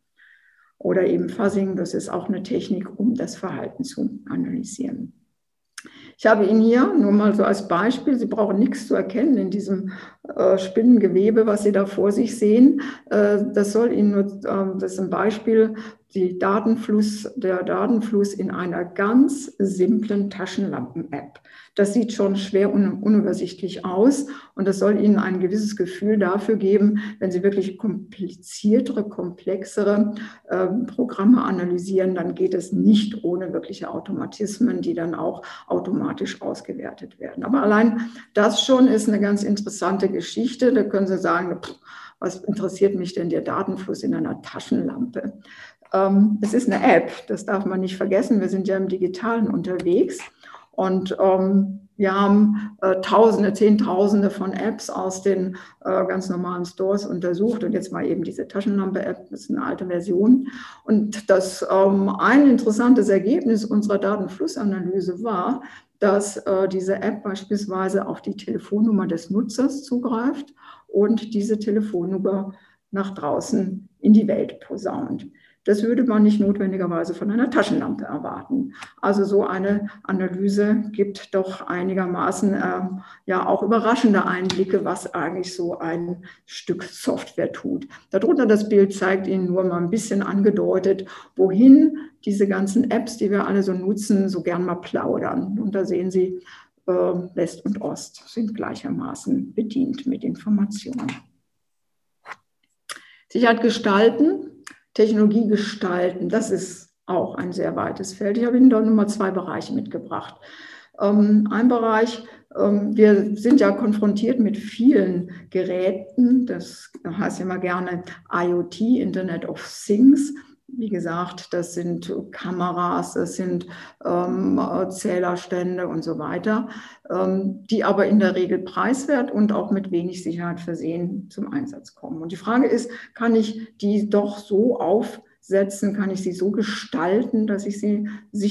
Oder eben Fuzzing, das ist auch eine Technik, um das Verhalten zu analysieren. Ich habe Ihnen hier nur mal so als Beispiel, Sie brauchen nichts zu erkennen in diesem äh, Spinnengewebe, was Sie da vor sich sehen. Äh, das soll Ihnen nur, äh, das ist ein Beispiel, die Datenfluss, der Datenfluss in einer ganz simplen Taschenlampen-App. Das sieht schon schwer un unübersichtlich aus und das soll Ihnen ein gewisses Gefühl dafür geben, wenn Sie wirklich kompliziertere, komplexere äh, Programme analysieren, dann geht es nicht ohne wirkliche Automatismen, die dann auch automatisch ausgewertet werden. Aber allein das schon ist eine ganz interessante Geschichte. Da können Sie sagen, pff, was interessiert mich denn der Datenfluss in einer Taschenlampe? Ähm, es ist eine App, das darf man nicht vergessen. Wir sind ja im Digitalen unterwegs. Und ähm, Wir haben äh, Tausende, Zehntausende von Apps aus den äh, ganz normalen Stores untersucht und jetzt mal eben diese Taschenlampe-App, das ist eine alte Version. Und das ähm, ein interessantes Ergebnis unserer Datenflussanalyse war, dass äh, diese App beispielsweise auf die Telefonnummer des Nutzers zugreift und diese Telefonnummer nach draußen in die Welt posaunt. Das würde man nicht notwendigerweise von einer Taschenlampe erwarten. Also so eine Analyse gibt doch einigermaßen äh, ja auch überraschende Einblicke, was eigentlich so ein Stück Software tut. Darunter das Bild zeigt Ihnen nur mal ein bisschen angedeutet, wohin diese ganzen Apps, die wir alle so nutzen, so gern mal plaudern. Und da sehen Sie, äh, West und Ost sind gleichermaßen bedient mit Informationen. Sicherheit gestalten. Technologie gestalten, das ist auch ein sehr weites Feld. Ich habe Ihnen da nur mal zwei Bereiche mitgebracht. Ähm, ein Bereich, ähm, wir sind ja konfrontiert mit vielen Geräten, das heißt ja immer gerne I O T, Internet of Things. Wie gesagt, das sind Kameras, das sind ähm, Zählerstände und so weiter, ähm, die aber in der Regel preiswert und auch mit wenig Sicherheit versehen zum Einsatz kommen. Und die Frage ist, kann ich die doch so aufsetzen, kann ich sie so gestalten, dass ich sie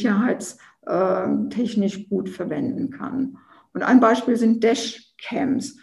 sicherheitstechnisch gut verwenden kann? Und ein Beispiel sind Dashcams.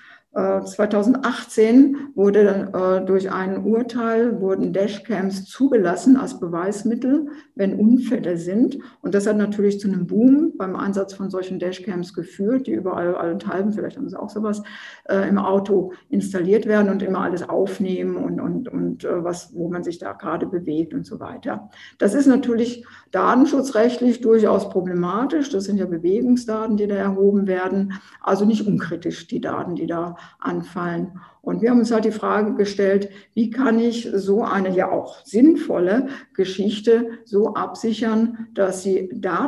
zweitausendachtzehn wurde äh, durch ein Urteil wurden Dashcams zugelassen als Beweismittel, wenn Unfälle sind. Und das hat natürlich zu einem Boom beim Einsatz von solchen Dashcams geführt, die überall allenthalben, vielleicht haben sie auch sowas, äh, im Auto installiert werden und immer alles aufnehmen und, und, und äh, was, wo man sich da gerade bewegt und so weiter. Das ist natürlich datenschutzrechtlich durchaus problematisch. Das sind ja Bewegungsdaten, die da erhoben werden. Also nicht unkritisch, die Daten, die da anfallen. Und wir haben uns halt die Frage gestellt, wie kann ich so eine ja auch sinnvolle Geschichte so absichern, dass sie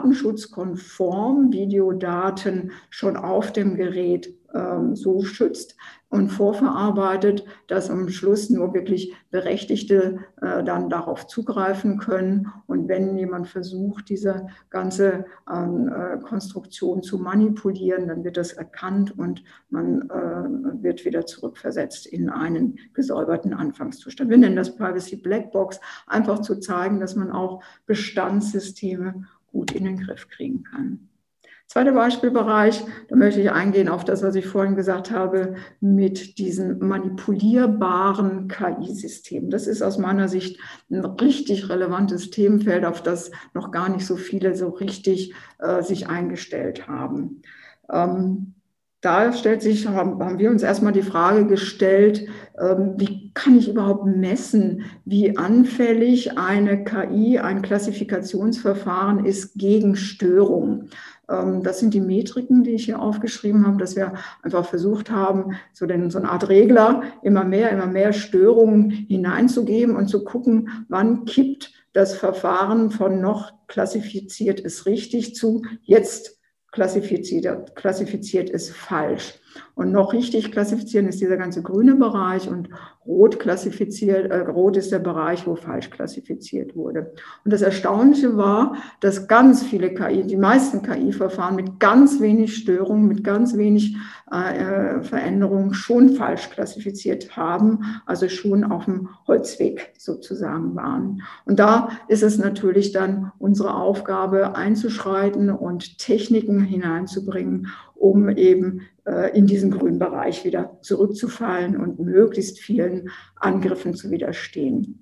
datenschutzkonform Videodaten schon auf dem Gerät ähm, so schützt und vorverarbeitet, dass am Schluss nur wirklich Berechtigte äh, dann darauf zugreifen können. Und wenn jemand versucht, diese ganze ähm, äh, Konstruktion zu manipulieren, dann wird das erkannt und man äh, wird wieder zurückversetzt in einen gesäuberten Anfangszustand. Wir nennen das Privacy Blackbox, einfach zu zeigen, dass man auch Bestandssysteme gut in den Griff kriegen kann. Zweiter Beispielbereich, da möchte ich eingehen auf das, was ich vorhin gesagt habe, mit diesen manipulierbaren K I-Systemen. Das ist aus meiner Sicht ein richtig relevantes Themenfeld, auf das noch gar nicht so viele so richtig äh, sich eingestellt haben. Ähm, Da stellt sich, haben wir uns erstmal die Frage gestellt, wie kann ich überhaupt messen, wie anfällig eine K I, ein Klassifikationsverfahren ist gegen Störungen. Das sind die Metriken, die ich hier aufgeschrieben habe, dass wir einfach versucht haben, so, den, so eine Art Regler, immer mehr, immer mehr Störungen hineinzugeben und zu gucken, wann kippt das Verfahren von noch klassifiziert ist richtig zu jetzt klassifiziert, klassifiziert ist falsch. Und noch richtig klassifizieren ist dieser ganze grüne Bereich und rot klassifiziert, äh, rot ist der Bereich, wo falsch klassifiziert wurde. Und das Erstaunliche war, dass ganz viele K I, die meisten K I-Verfahren mit ganz wenig Störungen, mit ganz wenig äh, Veränderungen schon falsch klassifiziert haben, also schon auf dem Holzweg sozusagen waren. Und da ist es natürlich dann unsere Aufgabe, einzuschreiten und Techniken hineinzubringen, um eben äh, in diesen grünen Bereich wieder zurückzufallen und möglichst vielen Angriffen zu widerstehen.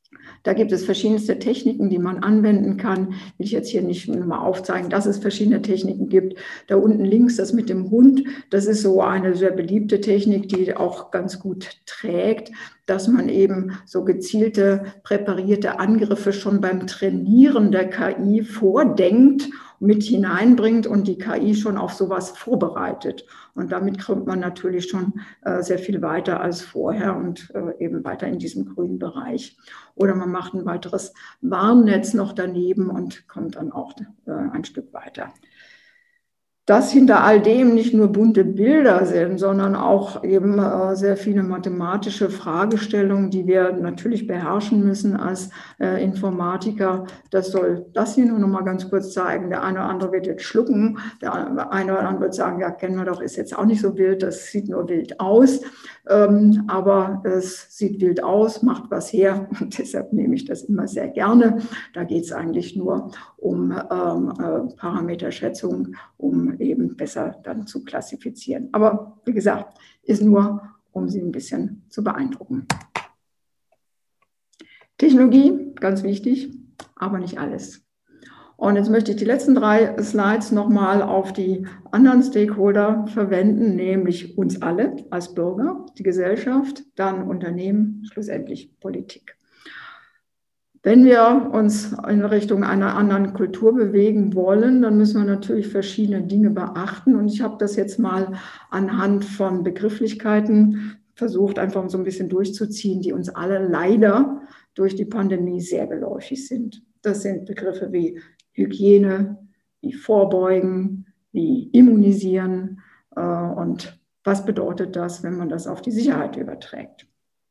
Da gibt es verschiedenste Techniken, die man anwenden kann. Will ich jetzt hier nicht mal aufzeigen, dass es verschiedene Techniken gibt. Da unten links das mit dem Hund, das ist so eine sehr beliebte Technik, die auch ganz gut trägt, dass man eben so gezielte, präparierte Angriffe schon beim Trainieren der K I vordenkt, mit hineinbringt und die K I schon auf sowas vorbereitet. Und damit kommt man natürlich schon äh, sehr viel weiter als vorher und äh, eben weiter in diesem grünen Bereich. Oder man macht ein weiteres Warnnetz noch daneben und kommt dann auch äh, ein Stück weiter. dass hinter all dem nicht nur bunte Bilder sind, sondern auch eben äh, sehr viele mathematische Fragestellungen, die wir natürlich beherrschen müssen als äh, Informatiker. Das soll das hier nur noch mal ganz kurz zeigen. Der eine oder andere wird jetzt schlucken, der eine oder andere wird sagen, ja, kennen wir doch, ist jetzt auch nicht so wild, das sieht nur wild aus. Ähm, aber es sieht wild aus, macht was her und deshalb nehme ich das immer sehr gerne. Da geht es eigentlich nur um ähm, äh, Parameterschätzung, um eben besser dann zu klassifizieren. Aber wie gesagt, ist nur, um Sie ein bisschen zu beeindrucken. Technologie, ganz wichtig, aber nicht alles. Und jetzt möchte ich die letzten drei Slides nochmal auf die anderen Stakeholder verwenden, nämlich uns alle als Bürger, die Gesellschaft, dann Unternehmen, schlussendlich Politik. Wenn wir uns in Richtung einer anderen Kultur bewegen wollen, dann müssen wir natürlich verschiedene Dinge beachten. Und ich habe das jetzt mal anhand von Begrifflichkeiten versucht, einfach so ein bisschen durchzuziehen, die uns alle leider durch die Pandemie sehr geläufig sind. Das sind Begriffe wie Hygiene, wie Vorbeugen, wie Immunisieren. Und was bedeutet das, wenn man das auf die Sicherheit überträgt?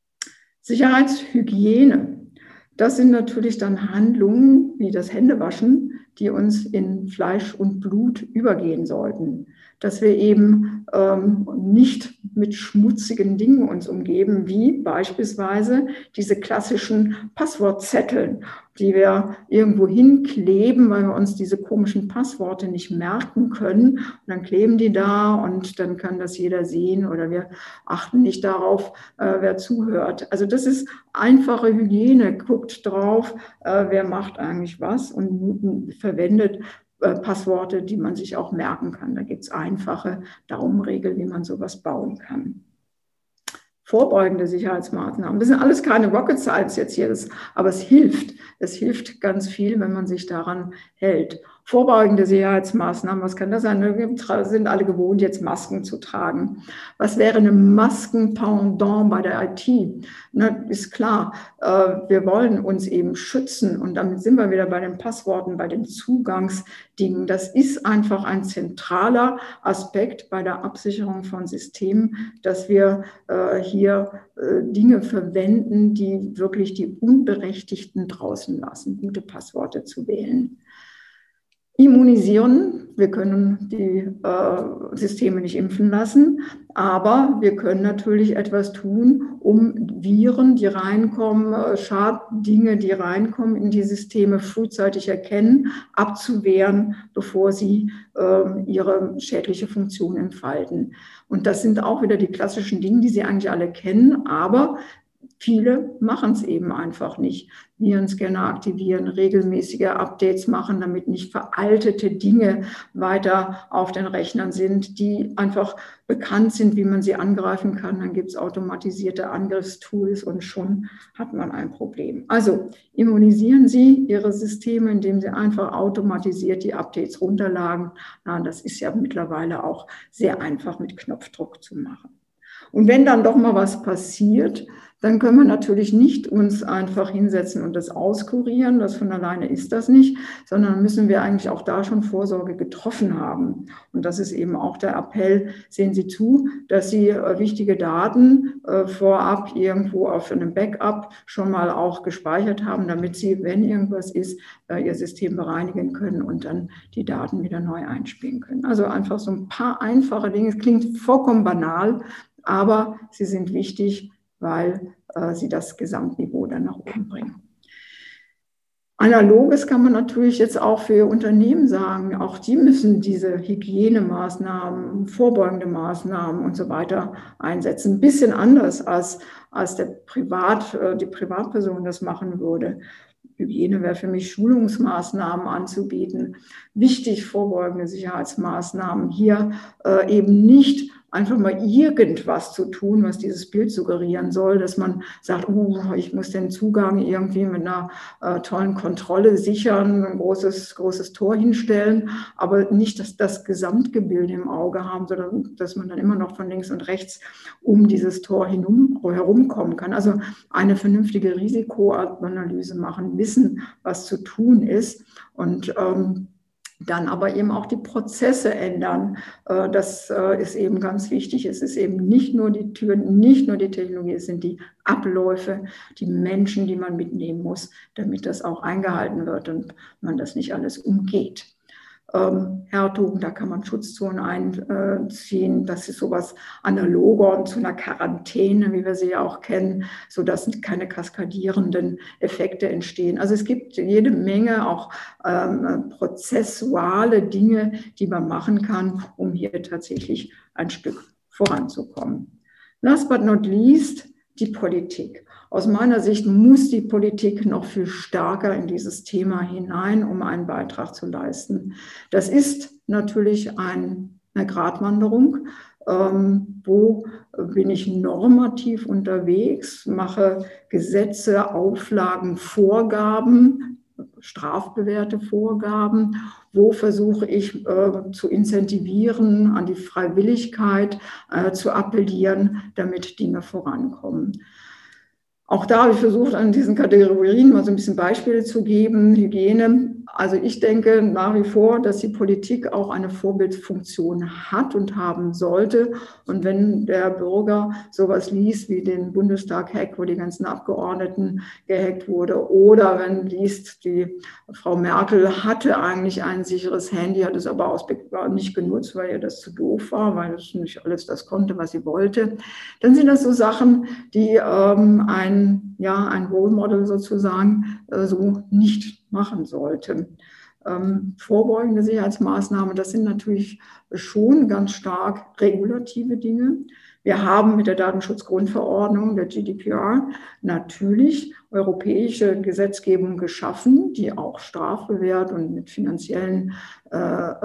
Sicherheitshygiene. Das sind natürlich dann Handlungen wie das Händewaschen, die uns in Fleisch und Blut übergehen sollten. Dass wir eben ähm, nicht mit schmutzigen Dingen uns umgeben, wie beispielsweise diese klassischen Passwortzetteln, die wir irgendwo hinkleben, weil wir uns diese komischen Passworte nicht merken können. Und dann kleben die da und dann kann das jeder sehen oder wir achten nicht darauf, äh, wer zuhört. Also das ist einfache Hygiene. Guckt drauf, äh, wer macht eigentlich was und verwendet Passworte, die man sich auch merken kann. Da gibt es einfache Daumenregeln, wie man sowas bauen kann. Vorbeugende Sicherheitsmaßnahmen. Das sind alles keine Rocket Science jetzt hier, das, aber es hilft. Es hilft ganz viel, wenn man sich daran hält. Vorbeugende Sicherheitsmaßnahmen, was kann das sein? Wir sind alle gewohnt, jetzt Masken zu tragen. Was wäre eine Maskenpendant bei der I T? Na, ist klar, wir wollen uns eben schützen und damit sind wir wieder bei den Passworten, bei den Zugangsdingen. Das ist einfach ein zentraler Aspekt bei der Absicherung von Systemen, dass wir hier Dinge verwenden, die wirklich die Unberechtigten draußen lassen, gute Passworte zu wählen. Immunisieren. Wir können die äh, Systeme nicht impfen lassen, aber wir können natürlich etwas tun, um Viren, die reinkommen, äh, Schaddinge, die reinkommen in die Systeme, frühzeitig erkennen, abzuwehren, bevor sie äh, ihre schädliche Funktion entfalten. Und das sind auch wieder die klassischen Dinge, die Sie eigentlich alle kennen, aber viele machen es eben einfach nicht. Virenscanner aktivieren, regelmäßige Updates machen, damit nicht veraltete Dinge weiter auf den Rechnern sind, die einfach bekannt sind, wie man sie angreifen kann. Dann gibt es automatisierte Angriffstools und schon hat man ein Problem. Also immunisieren Sie Ihre Systeme, indem Sie einfach automatisiert die Updates runterladen. Na, das ist ja mittlerweile auch sehr einfach mit Knopfdruck zu machen. Und wenn dann doch mal was passiert, dann können wir natürlich nicht uns einfach hinsetzen und das auskurieren. Das von alleine ist das nicht, sondern müssen wir eigentlich auch da schon Vorsorge getroffen haben. Und das ist eben auch der Appell, sehen Sie zu, dass Sie äh, wichtige Daten äh, vorab irgendwo auf einem Backup schon mal auch gespeichert haben, damit Sie, wenn irgendwas ist, äh, Ihr System bereinigen können und dann die Daten wieder neu einspielen können. Also einfach so ein paar einfache Dinge. Es klingt vollkommen banal, aber sie sind wichtig, weil äh, sie das Gesamtniveau dann nach oben bringen. Analoges kann man natürlich jetzt auch für Unternehmen sagen. Auch die müssen diese Hygienemaßnahmen, vorbeugende Maßnahmen und so weiter einsetzen. Ein bisschen anders, als, als der Privat, äh, die Privatperson das machen würde. Hygiene wäre für mich, Schulungsmaßnahmen anzubieten. Wichtig, vorbeugende Sicherheitsmaßnahmen. Hier äh, eben nicht einfach mal irgendwas zu tun, was dieses Bild suggerieren soll, dass man sagt, oh, ich muss den Zugang irgendwie mit einer äh, tollen Kontrolle sichern, ein großes, großes Tor hinstellen, aber nicht, dass das Gesamtgebilde im Auge haben, sondern dass man dann immer noch von links und rechts um dieses Tor hinum, herumkommen kann. Also eine vernünftige Risikoanalyse machen, wissen, was zu tun ist und ähm, Dann aber eben auch die Prozesse ändern. Das ist eben ganz wichtig. Es ist eben nicht nur die Türen, nicht nur die Technologie, es sind die Abläufe, die Menschen, die man mitnehmen muss, damit das auch eingehalten wird und man das nicht alles umgeht. Ähm, Härtung, da kann man Schutzzonen einziehen. Das ist sowas analoger und zu einer Quarantäne, wie wir sie ja auch kennen, sodass keine kaskadierenden Effekte entstehen. Also es gibt jede Menge auch ähm, prozessuale Dinge, die man machen kann, um hier tatsächlich ein Stück voranzukommen. Last but not least, die Politik. Aus meiner Sicht muss die Politik noch viel stärker in dieses Thema hinein, um einen Beitrag zu leisten. Das ist natürlich ein, eine Gratwanderung. Ähm, wo bin ich normativ unterwegs, mache Gesetze, Auflagen, Vorgaben, strafbewährte Vorgaben, wo versuche ich äh, zu incentivieren, an die Freiwilligkeit äh, zu appellieren, damit Dinge vorankommen. Auch da habe ich versucht, an diesen Kategorien mal so ein bisschen Beispiele zu geben. Hygiene. Also ich denke nach wie vor, dass die Politik auch eine Vorbildfunktion hat und haben sollte. Und wenn der Bürger sowas liest wie den Bundestag-Hack, wo die ganzen Abgeordneten gehackt wurde, oder wenn liest, die Frau Merkel hatte eigentlich ein sicheres Handy, hat es aber aus nicht genutzt, weil ihr das zu doof war, weil es nicht alles das konnte, was sie wollte, dann sind das so Sachen, die ähm, ein, ja, ein Role Model sozusagen äh, so nicht machen sollte. Ähm, vorbeugende Sicherheitsmaßnahmen, das sind natürlich schon ganz stark regulative Dinge. Wir haben mit der Datenschutzgrundverordnung, der G D P R, natürlich europäische Gesetzgebung geschaffen, die auch strafbewehrt und mit finanziellen äh,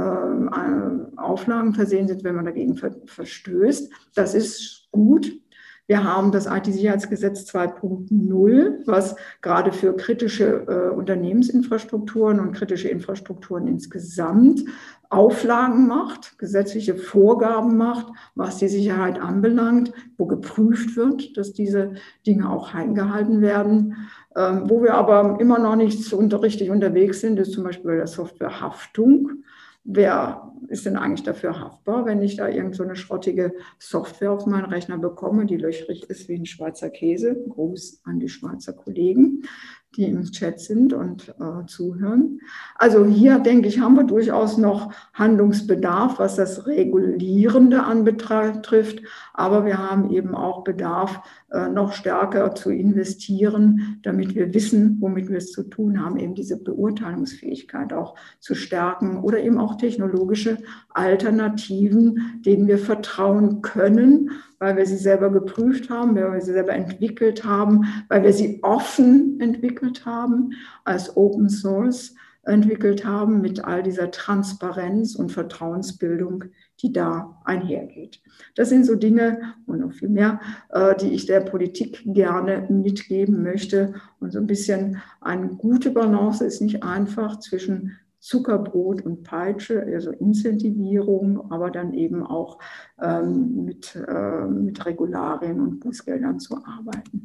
äh, Auflagen versehen sind, wenn man dagegen ver verstößt. Das ist gut. Wir haben das I T-Sicherheitsgesetz zwei Punkt null, was gerade für kritische äh, Unternehmensinfrastrukturen und kritische Infrastrukturen insgesamt Auflagen macht, gesetzliche Vorgaben macht, was die Sicherheit anbelangt, wo geprüft wird, dass diese Dinge auch eingehalten werden. Ähm, wo wir aber immer noch nicht so unter, richtig unterwegs sind, ist zum Beispiel bei der Softwarehaftung. Wer ist denn eigentlich dafür haftbar, wenn ich da irgend so eine schrottige Software auf meinen Rechner bekomme, die löchrig ist wie ein Schweizer Käse? Gruß an die Schweizer Kollegen, die im Chat sind und äh, zuhören. Also hier, denke ich, haben wir durchaus noch Handlungsbedarf, was das Regulierende anbetrifft. Aber wir haben eben auch Bedarf, äh, noch stärker zu investieren, damit wir wissen, womit wir es zu tun haben, eben diese Beurteilungsfähigkeit auch zu stärken oder eben auch technologische Alternativen, denen wir vertrauen können, weil wir sie selber geprüft haben, weil wir sie selber entwickelt haben, weil wir sie offen entwickelt haben, als Open Source entwickelt haben, mit all dieser Transparenz und Vertrauensbildung, die da einhergeht. Das sind so Dinge und noch viel mehr, die ich der Politik gerne mitgeben möchte. Und so ein bisschen eine gute Balance ist nicht einfach zwischen Zuckerbrot und Peitsche, also Incentivierung, aber dann eben auch ähm, mit, äh, mit Regularien und Bußgeldern zu arbeiten.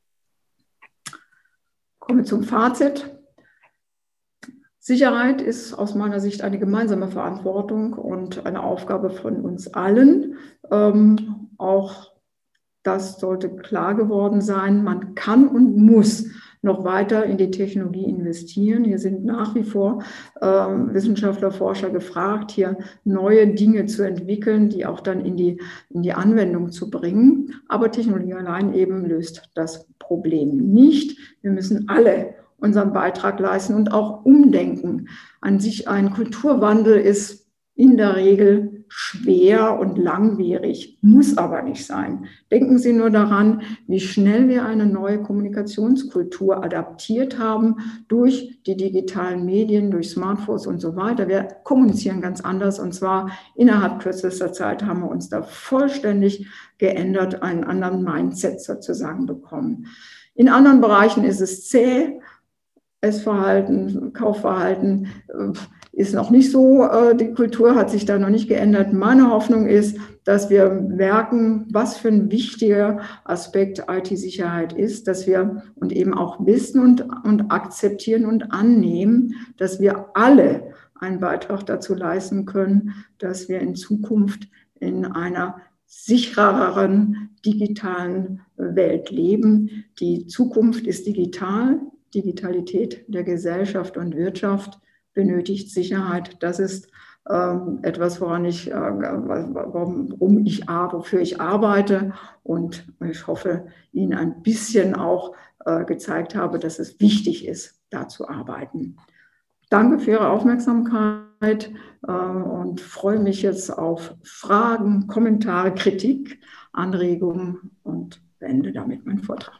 Kommen wir zum Fazit. Sicherheit ist aus meiner Sicht eine gemeinsame Verantwortung und eine Aufgabe von uns allen. Ähm, auch das sollte klar geworden sein. Man kann und muss noch weiter in die Technologie investieren. Hier sind nach wie vor äh, Wissenschaftler, Forscher gefragt, hier neue Dinge zu entwickeln, die auch dann in die, in die Anwendung zu bringen. Aber Technologie allein eben löst das Problem nicht. Wir müssen alle unseren Beitrag leisten und auch umdenken. An sich ein Kulturwandel ist in der Regel schwer und langwierig, muss aber nicht sein. Denken Sie nur daran, wie schnell wir eine neue Kommunikationskultur adaptiert haben durch die digitalen Medien, durch Smartphones und so weiter. Wir kommunizieren ganz anders und zwar innerhalb kürzester Zeit haben wir uns da vollständig geändert, einen anderen Mindset sozusagen bekommen. In anderen Bereichen ist es zäh. Essverhalten, Kaufverhalten ist noch nicht so, die Kultur hat sich da noch nicht geändert. Meine Hoffnung ist, dass wir merken, was für ein wichtiger Aspekt I T-Sicherheit ist, dass wir und eben auch wissen und, und akzeptieren und annehmen, dass wir alle einen Beitrag dazu leisten können, dass wir in Zukunft in einer sichereren digitalen Welt leben. Die Zukunft ist digital. Digitalität der Gesellschaft und Wirtschaft benötigt Sicherheit. Das ist ähm, etwas, woran ich, äh, warum ich, wofür ich arbeite. Und ich hoffe, Ihnen ein bisschen auch äh, gezeigt habe, dass es wichtig ist, da zu arbeiten. Danke für Ihre Aufmerksamkeit äh, und freue mich jetzt auf Fragen, Kommentare, Kritik, Anregungen und beende damit meinen Vortrag.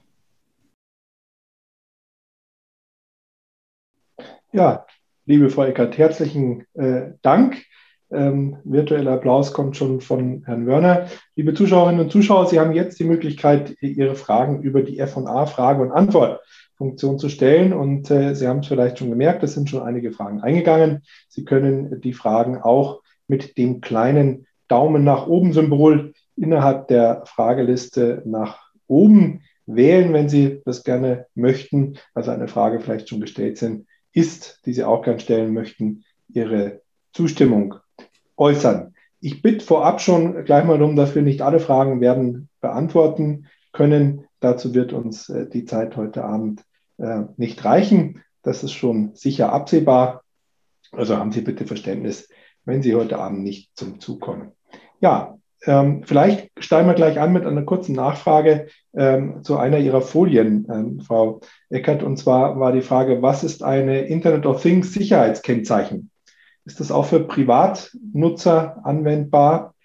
Ja, liebe Frau Eckert, herzlichen äh, Dank. Ähm, virtueller Applaus kommt schon von Herrn Wörner. Liebe Zuschauerinnen und Zuschauer, Sie haben jetzt die Möglichkeit, Ihre Fragen über die F und A Frage- und Antwortfunktion zu stellen. Und äh, Sie haben es vielleicht schon gemerkt, es sind schon einige Fragen eingegangen. Sie können die Fragen auch mit dem kleinen Daumen nach oben Symbol innerhalb der Frageliste nach oben wählen, wenn Sie das gerne möchten, also eine Frage vielleicht schon gestellt sind, ist, die Sie auch gerne stellen möchten, Ihre Zustimmung äußern. Ich bitte vorab schon gleich mal darum, dass wir nicht alle Fragen werden beantworten können. Dazu wird uns äh, die Zeit heute Abend äh, nicht reichen. Das ist schon sicher absehbar. Also haben Sie bitte Verständnis, wenn Sie heute Abend nicht zum Zug kommen. Ja, ähm, vielleicht steigen wir gleich an mit einer kurzen Nachfrage ähm, zu einer Ihrer Folien, ähm, Frau Eckert. Und zwar war die Frage, was ist eine Internet of Things Sicherheitskennzeichen? Ist das auch für Privatnutzer anwendbar?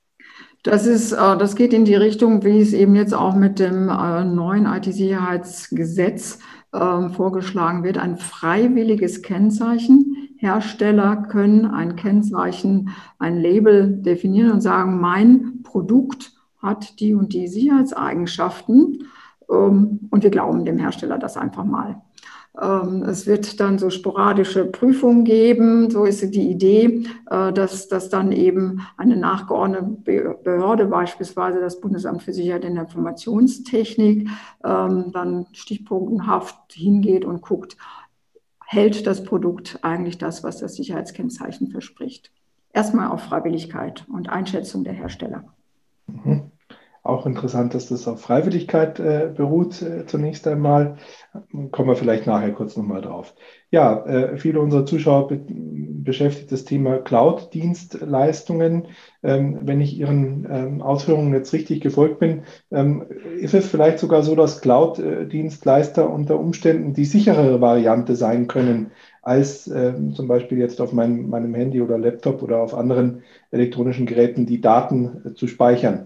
Das ist, das geht in die Richtung, wie es eben jetzt auch mit dem neuen I T-Sicherheitsgesetz vorgeschlagen wird, ein freiwilliges Kennzeichen. Hersteller können ein Kennzeichen, ein Label definieren und sagen, mein Produkt hat die und die Sicherheitseigenschaften und wir glauben dem Hersteller das einfach mal. Es wird dann so sporadische Prüfungen geben, so ist die Idee, dass, dass dann eben eine nachgeordnete Behörde, beispielsweise das Bundesamt für Sicherheit in der Informationstechnik, dann stichpunktenhaft hingeht und guckt, hält das Produkt eigentlich das, was das Sicherheitskennzeichen verspricht. Erstmal auf Freiwilligkeit und Einschätzung der Hersteller.
Mhm. Auch interessant, dass das auf Freiwilligkeit äh, beruht, äh, zunächst einmal. Kommen wir vielleicht nachher kurz nochmal drauf. Ja, äh, viele unserer Zuschauer be beschäftigt das Thema Cloud-Dienstleistungen. Ähm, wenn ich Ihren ähm, Ausführungen jetzt richtig gefolgt bin, ähm, ist es vielleicht sogar so, dass Cloud-Dienstleister unter Umständen die sicherere Variante sein können, als äh, zum Beispiel jetzt auf mein, meinem Handy oder Laptop oder auf anderen elektronischen Geräten die Daten äh, zu speichern?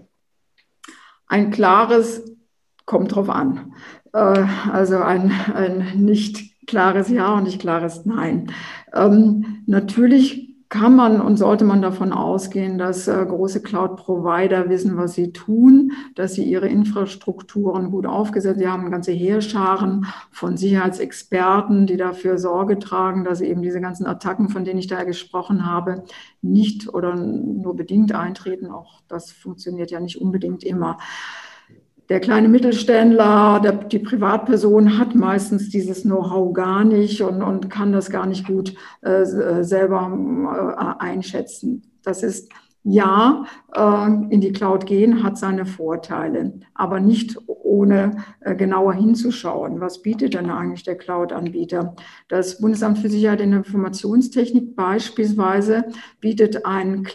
Ein klares, kommt drauf an. Äh, also ein, ein nicht klares Ja und nicht klares Nein. Ähm, natürlich kann man und sollte man davon ausgehen, dass äh, große Cloud-Provider wissen, was sie tun, dass sie ihre Infrastrukturen gut aufgesetzt haben. Sie haben ganze Heerscharen von Sicherheitsexperten, die dafür Sorge tragen, dass eben diese ganzen Attacken, von denen ich da gesprochen habe, nicht oder nur bedingt eintreten. Auch das funktioniert ja nicht unbedingt immer. Der kleine Mittelständler, der, die Privatperson hat meistens dieses Know-how gar nicht und, und kann das gar nicht gut äh, selber äh, einschätzen. Das ist, ja, äh, in die Cloud gehen hat seine Vorteile, aber nicht ohne äh, genauer hinzuschauen. Was bietet denn eigentlich der Cloud-Anbieter? Das Bundesamt für Sicherheit in der Informationstechnik beispielsweise bietet ein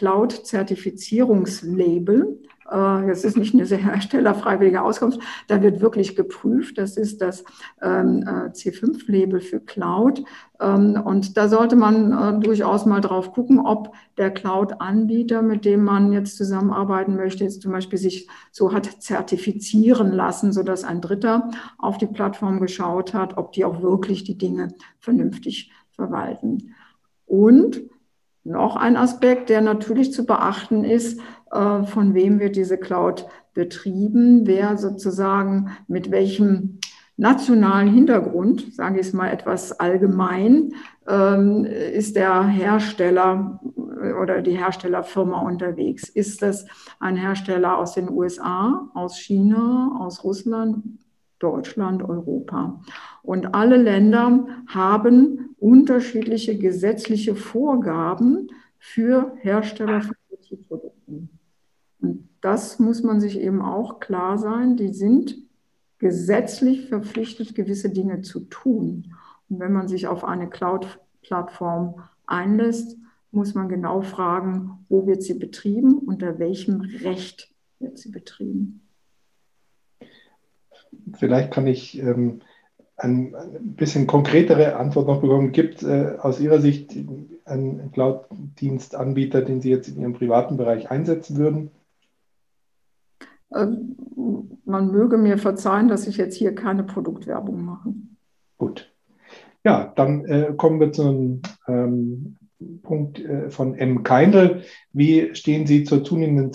Cloud-Zertifizierungslabel. Das ist nicht eine herstellerfreiwillige Auskunft, da wird wirklich geprüft. Das ist das C fünf Label für Cloud. Und da sollte man durchaus mal drauf gucken, ob der Cloud-Anbieter, mit dem man jetzt zusammenarbeiten möchte, jetzt zum Beispiel sich so hat zertifizieren lassen, sodass ein Dritter auf die Plattform geschaut hat, ob die auch wirklich die Dinge vernünftig verwalten. Und noch ein Aspekt, der natürlich zu beachten ist, von wem wird diese Cloud betrieben, wer sozusagen mit welchem nationalen Hintergrund, sage ich es mal etwas allgemein, ist der Hersteller oder die Herstellerfirma unterwegs. Ist das ein Hersteller aus den U S A, aus China, aus Russland, Deutschland, Europa? Und alle Länder haben unterschiedliche gesetzliche Vorgaben für Hersteller von I T-Produkten. Und das muss man sich eben auch klar sein, die sind gesetzlich verpflichtet, gewisse Dinge zu tun. Und wenn man sich auf eine Cloud-Plattform einlässt, muss man genau fragen, wo wird sie betrieben, unter welchem Recht wird sie betrieben.
Vielleicht kann ich ähm, ein, ein bisschen konkretere Antwort noch bekommen. Gibt äh, aus Ihrer Sicht einen Cloud-Dienstanbieter, den Sie jetzt in Ihrem privaten Bereich einsetzen würden?
Man möge mir verzeihen, dass ich jetzt hier keine Produktwerbung mache.
Gut. Ja, dann äh, kommen wir zum ähm, Punkt äh, von M. Keindl. Wie stehen Sie zur zunehmenden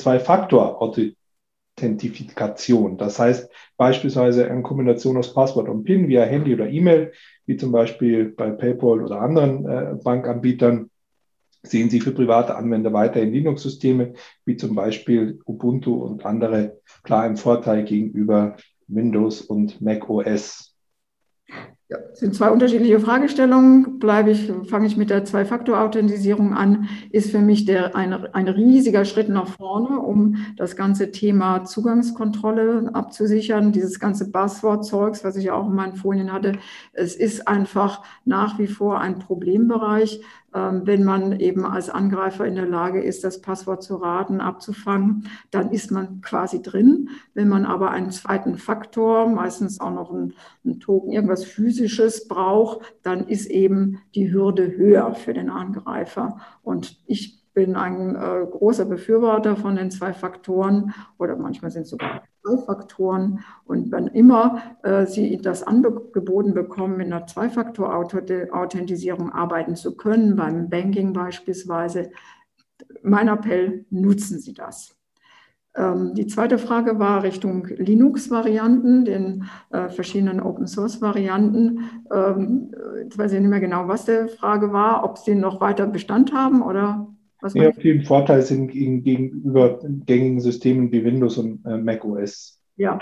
Zwei-Faktor-Authentifikation? Das heißt beispielsweise eine Kombination aus Passwort und PIN via Handy oder E-Mail, wie zum Beispiel bei PayPal oder anderen äh, Bankanbietern. Sehen Sie für private Anwender weiterhin Linux-Systeme, wie zum Beispiel Ubuntu und andere, klar im Vorteil gegenüber Windows und Mac O S?
Ja, das sind zwei unterschiedliche Fragestellungen. Bleibe ich, fange ich mit der Zwei-Faktor-Authentisierung an, ist für mich der, ein, ein riesiger Schritt nach vorne, um das ganze Thema Zugangskontrolle abzusichern. Dieses ganze Passwort-Zeugs, was ich ja auch in meinen Folien hatte, es ist einfach nach wie vor ein Problembereich, wenn man eben als Angreifer in der Lage ist, das Passwort zu raten, abzufangen, dann ist man quasi drin. Wenn man aber einen zweiten Faktor, meistens auch noch einen, einen Token, irgendwas Physisches braucht, dann ist eben die Hürde höher für den Angreifer. Und ich bin ein äh, großer Befürworter von den zwei Faktoren oder manchmal sind es sogar drei Faktoren. Und wenn immer äh, Sie das angeboten bekommen, mit einer Zwei-Faktor-Authentisierung arbeiten zu können, beim Banking beispielsweise, mein Appell, nutzen Sie das. Ähm, die zweite Frage war Richtung Linux-Varianten, den äh, verschiedenen Open-Source-Varianten. Ähm, jetzt weiß ich nicht mehr genau, was die Frage war, ob sie noch weiter Bestand haben oder...
Ja, vielen Vorteil sind gegenüber gängigen Systemen wie Windows und äh, Mac O S.
Ja,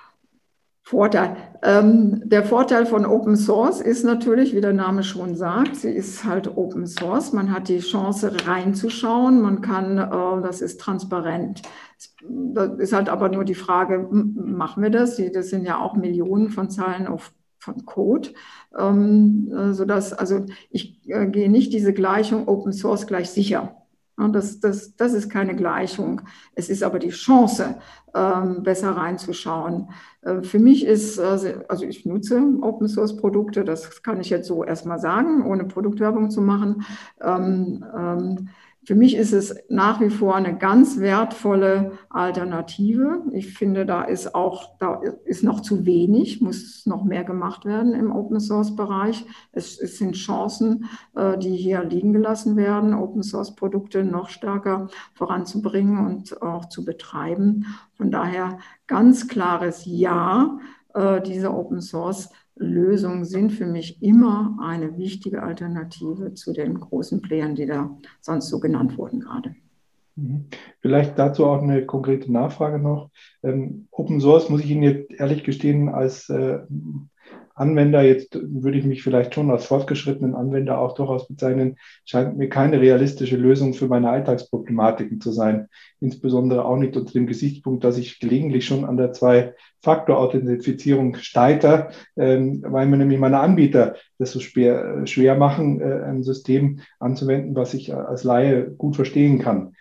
Vorteil. Ähm, der Vorteil von Open Source ist natürlich, wie der Name schon sagt, sie ist halt Open Source. Man hat die Chance reinzuschauen, man kann, äh, das ist transparent. Das ist halt aber nur die Frage, machen wir das? Das sind ja auch Millionen von Zeilen auf von Code, ähm, sodass, also ich äh, gehe nicht diese Gleichung Open Source gleich sicher. Das, das, das ist keine Gleichung. Es ist aber die Chance, ähm, besser reinzuschauen. Äh, für mich ist, äh, also ich nutze Open-Source-Produkte, das kann ich jetzt so erstmal sagen, ohne Produktwerbung zu machen. Ähm, ähm, Für mich ist es nach wie vor eine ganz wertvolle Alternative. Ich finde, da ist auch, da ist noch zu wenig, muss noch mehr gemacht werden im Open-Source-Bereich. Es, es sind Chancen, die hier liegen gelassen werden, Open-Source-Produkte noch stärker voranzubringen und auch zu betreiben. Von daher ganz klares Ja, diese Open-Source Lösungen sind für mich immer eine wichtige Alternative zu den großen Playern, die da sonst so genannt wurden gerade.
Vielleicht dazu auch eine konkrete Nachfrage noch. Ähm, Open Source, muss ich Ihnen jetzt ehrlich gestehen, als äh, Anwender, jetzt würde ich mich vielleicht schon als fortgeschrittenen Anwender auch durchaus bezeichnen, scheint mir keine realistische Lösung für meine Alltagsproblematiken zu sein. Insbesondere auch nicht unter dem Gesichtspunkt, dass ich gelegentlich schon an der Zwei-Faktor-Authentifizierung steitere, ähm, weil mir nämlich meine Anbieter das so schwer, schwer machen, äh, ein System anzuwenden, was ich als Laie gut verstehen kann.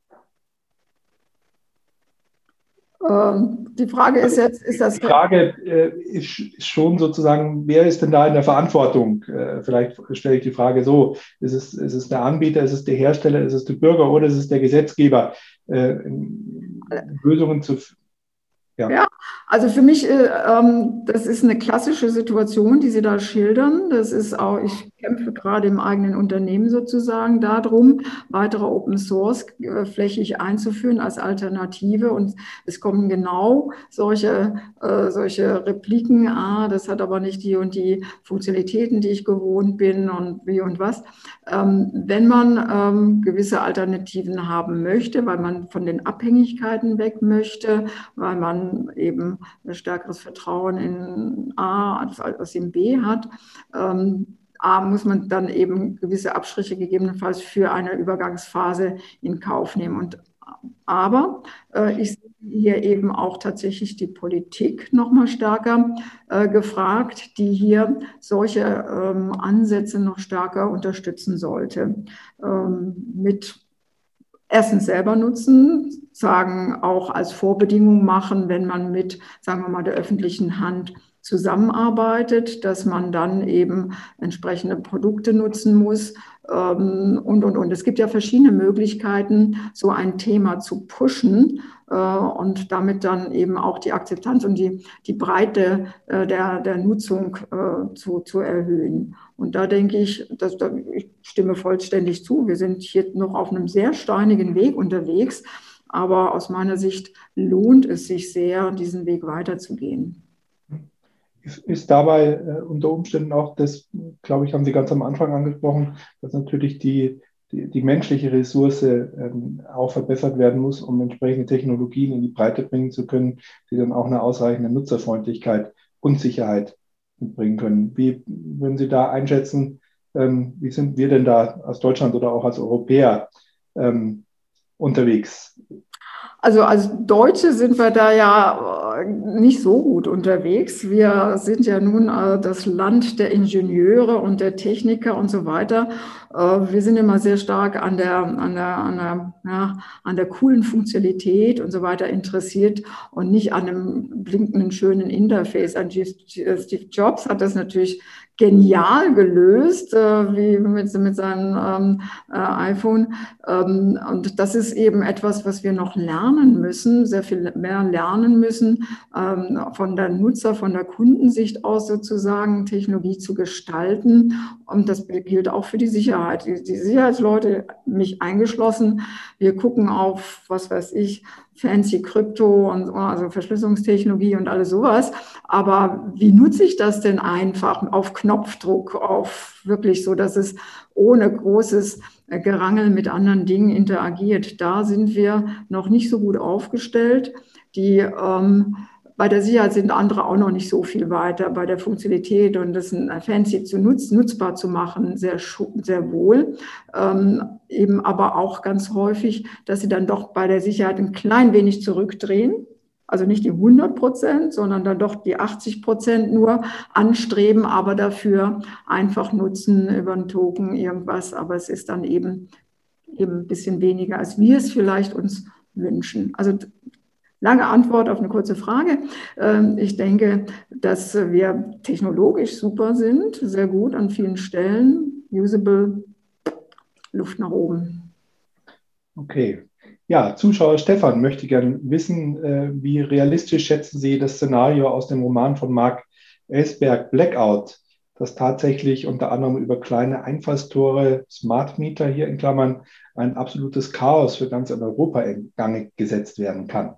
Die Frage ist jetzt, ist das...
Die Frage äh, ist schon sozusagen, wer ist denn da in der Verantwortung? Äh, vielleicht stelle ich die Frage so, ist es, ist es der Anbieter, ist es der Hersteller, ist es der Bürger oder ist es der Gesetzgeber, äh, Lösungen zu...
Ja. ja, also für mich, äh, ähm, das ist eine klassische Situation, die Sie da schildern. Das ist auch, ich kämpfe gerade im eigenen Unternehmen sozusagen darum, weitere Open Source äh, flächig einzuführen als Alternative. Und es kommen genau solche, äh, solche Repliken, ah, das hat aber nicht die und die Funktionalitäten, die ich gewohnt bin und wie und was. Ähm, wenn man ähm, gewisse Alternativen haben möchte, weil man von den Abhängigkeiten weg möchte, weil man dann eben ein stärkeres Vertrauen in A als, als in B hat. Ähm, A, muss man dann eben gewisse Abstriche gegebenenfalls für eine Übergangsphase in Kauf nehmen. Und, aber äh, ich sehe hier eben auch tatsächlich die Politik noch mal stärker äh, gefragt, die hier solche ähm, Ansätze noch stärker unterstützen sollte. Ähm, mit Essen selber nutzen, sagen auch als Vorbedingung machen, wenn man mit, sagen wir mal, der öffentlichen Hand zusammenarbeitet, dass man dann eben entsprechende Produkte nutzen muss ähm, und, und, und. Es gibt ja verschiedene Möglichkeiten, so ein Thema zu pushen äh, und damit dann eben auch die Akzeptanz und die, die Breite äh, der, der Nutzung äh, zu, zu erhöhen. Und da denke ich, dass, da, ich stimme vollständig zu, wir sind hier noch auf einem sehr steinigen Weg unterwegs, aber aus meiner Sicht lohnt es sich sehr, diesen Weg weiterzugehen.
Ist, ist dabei äh, unter Umständen auch das, glaube ich, haben Sie ganz am Anfang angesprochen, dass natürlich die, die, die menschliche Ressource ähm, auch verbessert werden muss, um entsprechende Technologien in die Breite bringen zu können, die dann auch eine ausreichende Nutzerfreundlichkeit und Sicherheit mitbringen können. Wie würden Sie da einschätzen, ähm, wie sind wir denn da als Deutschland oder auch als Europäer ähm, unterwegs?
Also als Deutsche sind wir da ja nicht so gut unterwegs. Wir sind ja nun das Land der Ingenieure und der Techniker und so weiter. Wir sind immer sehr stark an der, an der, an der, ja, an der coolen Funktionalität und so weiter interessiert und nicht an einem blinkenden, schönen Interface. Steve Jobs hat das natürlich genial gelöst, äh, wie mit, mit seinem ähm, äh, iPhone. Ähm, und das ist eben etwas, was wir noch lernen müssen, sehr viel mehr lernen müssen, ähm, von der Nutzer, von der Kundensicht aus sozusagen Technologie zu gestalten. Und das gilt auch für die Sicherheit. Die, die Sicherheitsleute, mich eingeschlossen, wir gucken auf, was weiß ich, fancy Krypto und also Verschlüsselungstechnologie und alles sowas. Aber wie nutze ich das denn einfach auf Knopfdruck, auf wirklich so, dass es ohne großes Gerangel mit anderen Dingen interagiert? Da sind wir noch nicht so gut aufgestellt. Die ähm, bei der Sicherheit sind andere auch noch nicht so viel weiter, bei der Funktionalität und das fancy zu nutz, nutzbar zu machen, sehr, sehr wohl. Ähm, eben aber auch ganz häufig, dass sie dann doch bei der Sicherheit ein klein wenig zurückdrehen. Also nicht die hundert Prozent, sondern dann doch die achtzig Prozent nur anstreben, aber dafür einfach nutzen über einen Token irgendwas. Aber es ist dann eben, eben ein bisschen weniger, als wir es vielleicht uns wünschen. Also lange Antwort auf eine kurze Frage. Ich denke, dass wir technologisch super sind, sehr gut an vielen Stellen, usable, Luft nach oben.
Okay. Ja, Zuschauer Stefan möchte gerne wissen, wie realistisch schätzen Sie das Szenario aus dem Roman von Mark Ellsberg, Blackout, das tatsächlich unter anderem über kleine Einfallstore, Smart Meter hier in Klammern, ein absolutes Chaos für ganz Europa in Gang gesetzt werden kann?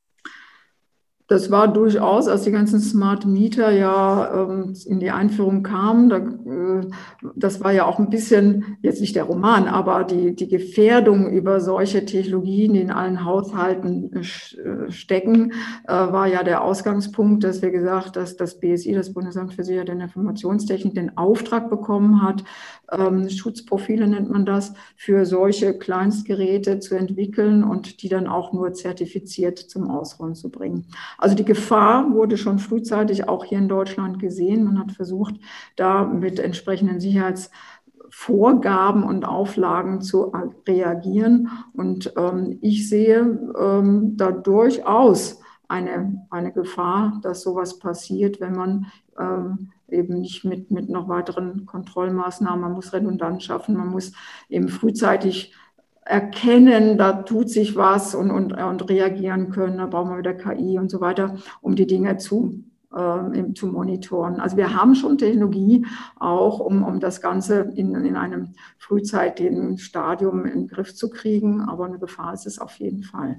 Das war durchaus, als die ganzen Smart Meter ja ähm, in die Einführung kamen, da, äh, das war ja auch ein bisschen, jetzt nicht der Roman, aber die, die Gefährdung über solche Technologien, die in allen Haushalten äh, stecken, äh, war ja der Ausgangspunkt, dass wir gesagt, dass das B S I, das Bundesamt für Sicherheit in der Informationstechnik, den Auftrag bekommen hat, ähm, Schutzprofile nennt man das, für solche Kleinstgeräte zu entwickeln und die dann auch nur zertifiziert zum Ausrollen zu bringen. Also die Gefahr wurde schon frühzeitig auch hier in Deutschland gesehen. Man hat versucht, da mit entsprechenden Sicherheitsvorgaben und Auflagen zu reagieren. Und ähm, ich sehe ähm, da durchaus eine, eine Gefahr, dass sowas passiert, wenn man ähm, eben nicht mit, mit noch weiteren Kontrollmaßnahmen, man muss Redundanz schaffen, man muss eben frühzeitig erkennen, da tut sich was und, und, und reagieren können, da brauchen wir wieder K I und so weiter, um die Dinge zu, äh, zu monitoren. Also wir haben schon Technologie auch, um, um das Ganze in, in einem frühzeitigen Stadium in den Griff zu kriegen, aber eine Gefahr ist es auf jeden Fall.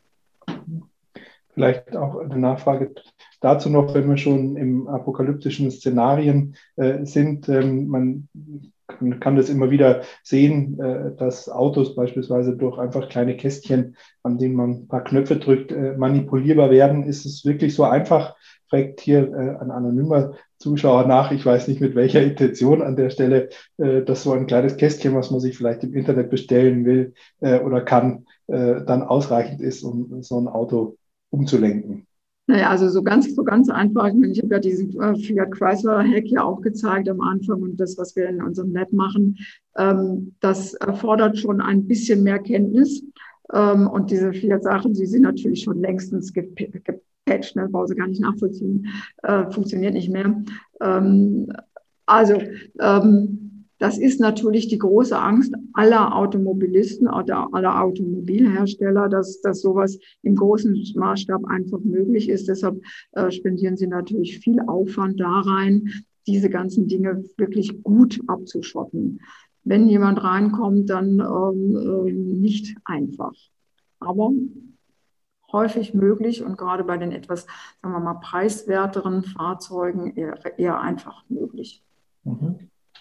Vielleicht auch eine Nachfrage dazu noch, wenn wir schon im apokalyptischen Szenarien äh, sind. Ähm, man man kann das immer wieder sehen, äh, dass Autos beispielsweise durch einfach kleine Kästchen, an denen man ein paar Knöpfe drückt, äh, manipulierbar werden. Ist es wirklich so einfach? Fragt hier äh, ein anonymer Zuschauer nach. Ich weiß nicht, mit welcher Intention an der Stelle, äh, dass so ein kleines Kästchen, was man sich vielleicht im Internet bestellen will äh, oder kann, äh, dann ausreichend ist, um so ein Auto umzulenken.
Naja, also so ganz, so ganz einfach. Ich meine, ich habe ja diesen äh, Fiat Chrysler-Hack ja auch gezeigt am Anfang und das, was wir in unserem Lab machen, ähm, das erfordert schon ein bisschen mehr Kenntnis. Ähm, und diese vier Sachen, die sind natürlich schon längstens gepatcht, ne, brauche sie gar nicht nachvollziehen, äh, funktioniert nicht mehr. Ähm, also, ähm, das ist natürlich die große Angst aller Automobilisten, aller, aller Automobilhersteller, dass, dass sowas im großen Maßstab einfach möglich ist. Deshalb äh, spendieren sie natürlich viel Aufwand da rein, diese ganzen Dinge wirklich gut abzuschotten. Wenn jemand reinkommt, dann ähm, äh, nicht einfach. Aber häufig möglich und gerade bei den etwas, sagen wir mal, preiswerteren Fahrzeugen eher, eher einfach möglich.
Mhm.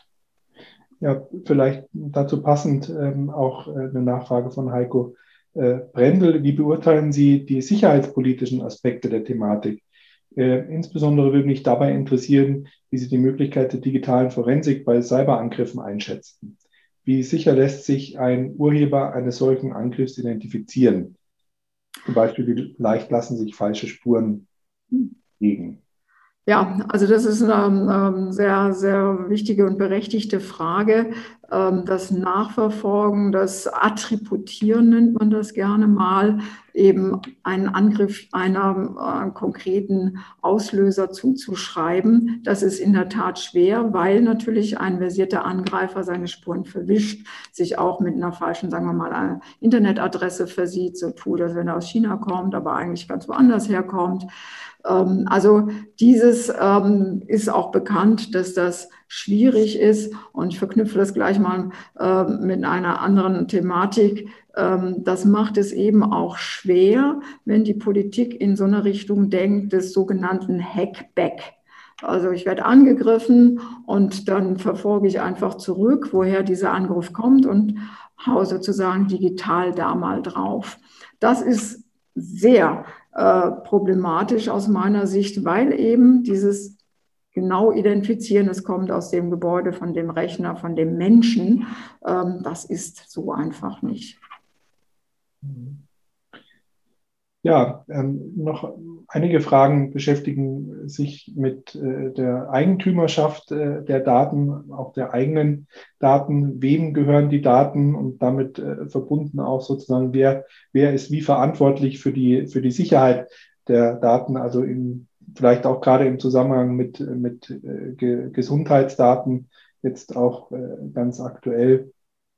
Ja, vielleicht dazu passend ähm, auch äh, eine Nachfrage von Heiko äh, Brendel. Wie beurteilen Sie die sicherheitspolitischen Aspekte der Thematik? Äh, insbesondere würde mich dabei interessieren, wie Sie die Möglichkeit der digitalen Forensik bei Cyberangriffen einschätzen. Wie sicher lässt sich ein Urheber eines solchen Angriffs identifizieren? Zum Beispiel, wie leicht lassen sich falsche Spuren legen?
Ja, also das ist eine ähm, sehr, sehr wichtige und berechtigte Frage. Ähm, das Nachverfolgen, das Attributieren nennt man das gerne mal, eben einen Angriff einer äh, konkreten Auslöser zuzuschreiben. Das ist in der Tat schwer, weil natürlich ein versierter Angreifer seine Spuren verwischt, sich auch mit einer falschen, sagen wir mal, einer Internetadresse versieht, so tut, als wenn er aus China kommt, aber eigentlich ganz woanders herkommt. Also dieses ähm, ist auch bekannt, dass das schwierig ist und ich verknüpfe das gleich mal äh, mit einer anderen Thematik. Ähm, das macht es eben auch schwer, wenn die Politik in so eine Richtung denkt, des sogenannten Hackback. Also ich werde angegriffen und dann verfolge ich einfach zurück, woher dieser Angriff kommt und hau sozusagen digital da mal drauf. Das ist sehr äh, problematisch aus meiner Sicht, weil eben dieses genau identifizieren, es kommt aus dem Gebäude, von dem Rechner, von dem Menschen, ähm, das ist so einfach nicht.
Ja, ähm, noch einige Fragen beschäftigen sich mit äh, der Eigentümerschaft äh, der Daten, auch der eigenen Daten. Wem gehören die Daten und damit äh, verbunden auch sozusagen, wer, wer ist wie verantwortlich für die, für die Sicherheit der Daten, also in, vielleicht auch gerade im Zusammenhang mit, mit äh, Ge Gesundheitsdaten, jetzt auch äh, ganz aktuell.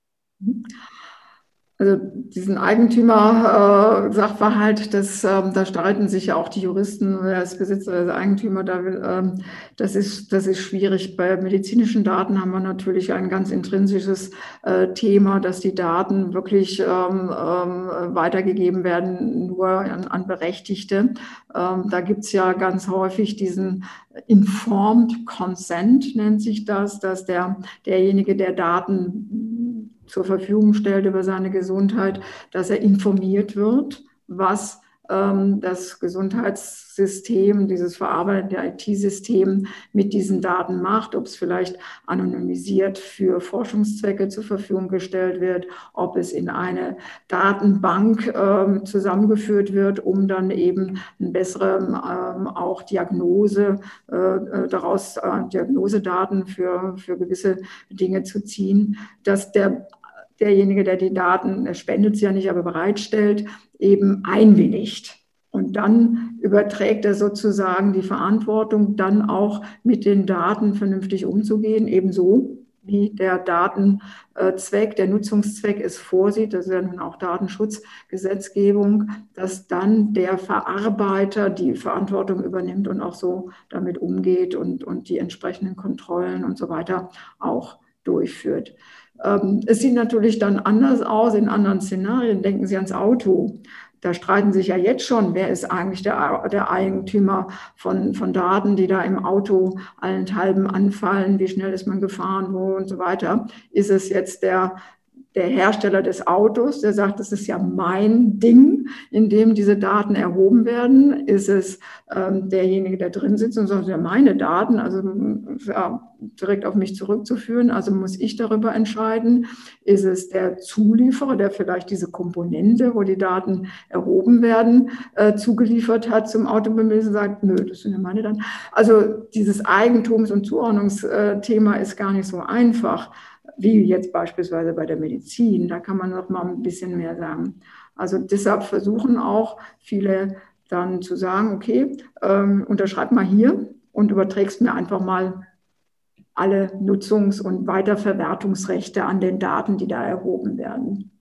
Also diesen Eigentümer-Sachverhalt, das, ähm, da streiten sich ja auch die Juristen, wer ist Besitzer, wer ist Eigentümer. Da will, ähm, das ist, das ist schwierig. Bei medizinischen Daten haben wir natürlich ein ganz intrinsisches äh, Thema, dass die Daten wirklich ähm, ähm, weitergegeben werden, nur an, an Berechtigte. Ähm, da gibt's ja ganz häufig diesen Informed Consent, nennt sich das, dass der, derjenige, der Daten zur Verfügung stellt über seine Gesundheit, dass er informiert wird, was ähm, das Gesundheitssystem, dieses verarbeitende I T-System mit diesen Daten macht, ob es vielleicht anonymisiert für Forschungszwecke zur Verfügung gestellt wird, ob es in eine Datenbank ähm, zusammengeführt wird, um dann eben eine bessere ähm, auch Diagnose, äh, daraus äh, Diagnosedaten für, für gewisse Dinge zu ziehen, dass der derjenige, der die Daten, er spendet sie ja nicht, aber bereitstellt, eben einwilligt. Und dann überträgt er sozusagen die Verantwortung, dann auch mit den Daten vernünftig umzugehen, ebenso wie der Datenzweck, der Nutzungszweck es vorsieht, das ist ja nun auch Datenschutzgesetzgebung, dass dann der Verarbeiter die Verantwortung übernimmt und auch so damit umgeht und, und die entsprechenden Kontrollen und so weiter auch durchführt. Es sieht natürlich dann anders aus in anderen Szenarien. Denken Sie ans Auto. da streiten sich ja jetzt schon, wer ist eigentlich der, der Eigentümer von, von Daten, die da im Auto allenthalben anfallen, wie schnell ist man gefahren, wo und so weiter. Ist es jetzt der, der Hersteller des Autos, der sagt, das ist ja mein Ding, in dem diese Daten erhoben werden? Ist es ähm, derjenige, der drin sitzt und sagt, ja, meine Daten, also ja, direkt auf mich zurückzuführen, also muss ich darüber entscheiden? Ist es der Zulieferer, der vielleicht diese Komponente, wo die Daten erhoben werden, äh, zugeliefert hat zum Automobil und sagt, nö, das sind ja meine Daten. Also dieses Eigentums- und Zuordnungsthema ist gar nicht so einfach, wie jetzt beispielsweise bei der Medizin. Da kann man noch mal ein bisschen mehr sagen. Also deshalb versuchen auch viele dann zu sagen, okay, ähm, unterschreib mal hier und überträgst mir einfach mal alle Nutzungs- und Weiterverwertungsrechte an den Daten, die da erhoben werden.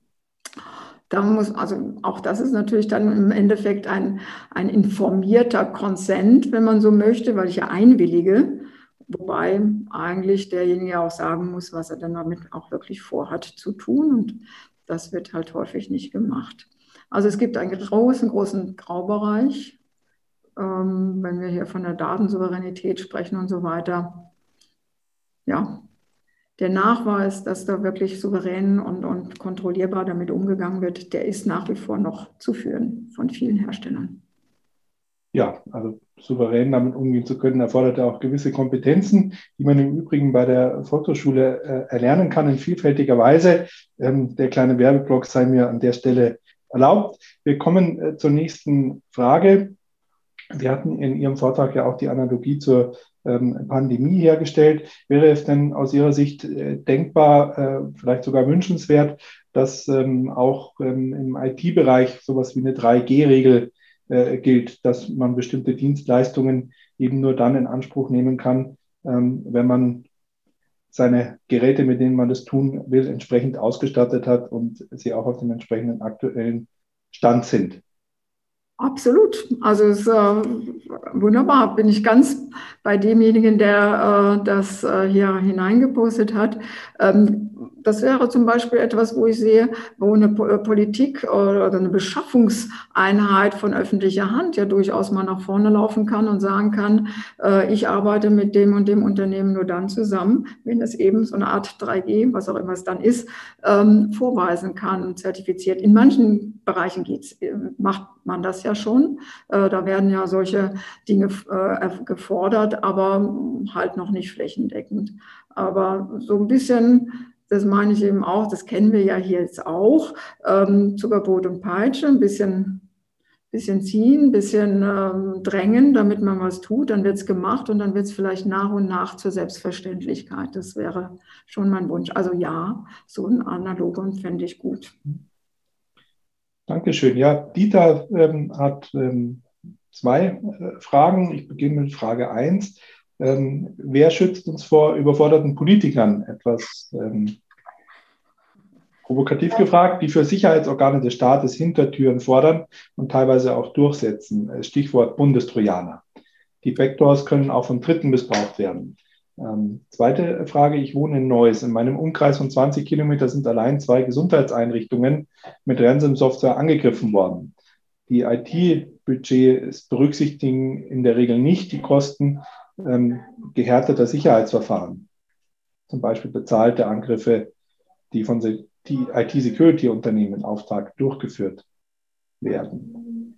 Da muss, also auch das ist natürlich dann im Endeffekt ein, ein informierter Consent, wenn man so möchte, weil ich ja einwillige. Wobei eigentlich derjenige auch sagen muss, was er dann damit auch wirklich vorhat zu tun. Und das wird halt häufig nicht gemacht. Also es gibt einen großen, großen Graubereich, ähm, wenn wir hier von der Datensouveränität sprechen und so weiter. Ja, der Nachweis, dass da wirklich souverän und, und kontrollierbar damit umgegangen wird, der ist nach wie vor noch zu führen von vielen Herstellern.
Ja, also souverän damit umgehen zu können, erfordert ja auch gewisse Kompetenzen, die man im Übrigen bei der Volkshochschule äh, erlernen kann in vielfältiger Weise. Ähm, der kleine Werbeblock sei mir an der Stelle erlaubt. Wir kommen äh, zur nächsten Frage. Wir hatten in Ihrem Vortrag ja auch die Analogie zur ähm, Pandemie hergestellt. Wäre es denn aus Ihrer Sicht äh, denkbar, äh, vielleicht sogar wünschenswert, dass ähm, auch ähm, im I T-Bereich sowas wie eine drei G-Regel äh, gilt, dass man bestimmte Dienstleistungen eben nur dann in Anspruch nehmen kann, ähm, wenn man seine Geräte, mit denen man das tun will, entsprechend ausgestattet hat und sie auch auf dem entsprechenden aktuellen Stand sind?
Absolut. Also es ist äh, wunderbar. Bin ich ganz bei demjenigen, der äh, das äh, hier hineingepostet hat. Ähm, das wäre zum Beispiel etwas, wo ich sehe, wo eine po Politik oder eine Beschaffungseinheit von öffentlicher Hand ja durchaus mal nach vorne laufen kann und sagen kann, äh, ich arbeite mit dem und dem Unternehmen nur dann zusammen, wenn es eben so eine Art drei G, was auch immer es dann ist, ähm, vorweisen kann und zertifiziert. In manchen Bereichen geht's, macht man das ja schon. Äh, da werden ja solche Dinge äh, gefordert, aber halt noch nicht flächendeckend. Aber so ein bisschen, das meine ich eben auch, das kennen wir ja hier jetzt auch, ähm, Zuckerbrot und Peitsche, ein bisschen, bisschen ziehen, ein bisschen ähm, drängen, damit man was tut, dann wird es gemacht und dann wird es vielleicht nach und nach zur Selbstverständlichkeit. Das wäre schon mein Wunsch. Also ja, so ein Analogon fände ich gut.
Dankeschön. Ja, Dieter ähm, hat ähm, zwei äh, Fragen. Ich beginne mit Frage eins. Ähm, wer schützt uns vor überforderten Politikern? Etwas ähm, provokativ gefragt, die für Sicherheitsorgane des Staates Hintertüren fordern und teilweise auch durchsetzen. Stichwort Bundestrojaner. Die Backdoors können auch von Dritten missbraucht werden. Ähm, zweite Frage, ich wohne in Neuss. In meinem Umkreis von zwanzig Kilometer sind allein zwei Gesundheitseinrichtungen mit Ransom-Software angegriffen worden. Die I T-Budgets berücksichtigen in der Regel nicht die Kosten ähm, gehärteter Sicherheitsverfahren, zum Beispiel bezahlte Angriffe, die von die I T-Security-Unternehmen in Auftrag durchgeführt werden.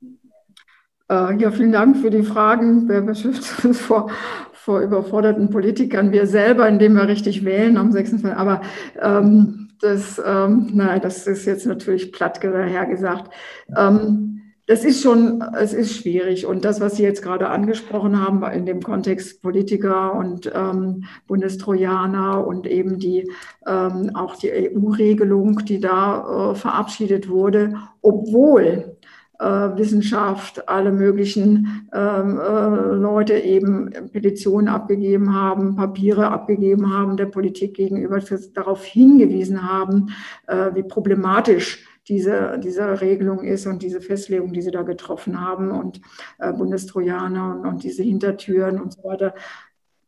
Ja, vielen Dank für die Fragen. Wer beschützt uns vor, vor überforderten Politikern? Wir selber, indem wir richtig wählen am sechsundzwanzigsten Aber ähm, das, ähm, nein, das ist jetzt natürlich platt dahergesagt. Ähm, das ist schon, es ist schwierig. Und das, was Sie jetzt gerade angesprochen haben, in dem Kontext Politiker und ähm, Bundestrojaner und eben die, ähm, auch die E U-Regelung, die da äh, verabschiedet wurde, obwohl Wissenschaft, alle möglichen ähm, äh, Leute eben Petitionen abgegeben haben, Papiere abgegeben haben, der Politik gegenüber darauf hingewiesen haben, äh, wie problematisch diese, diese Regelung ist und diese Festlegung, die sie da getroffen haben und äh, Bundestrojaner und, und diese Hintertüren und so weiter.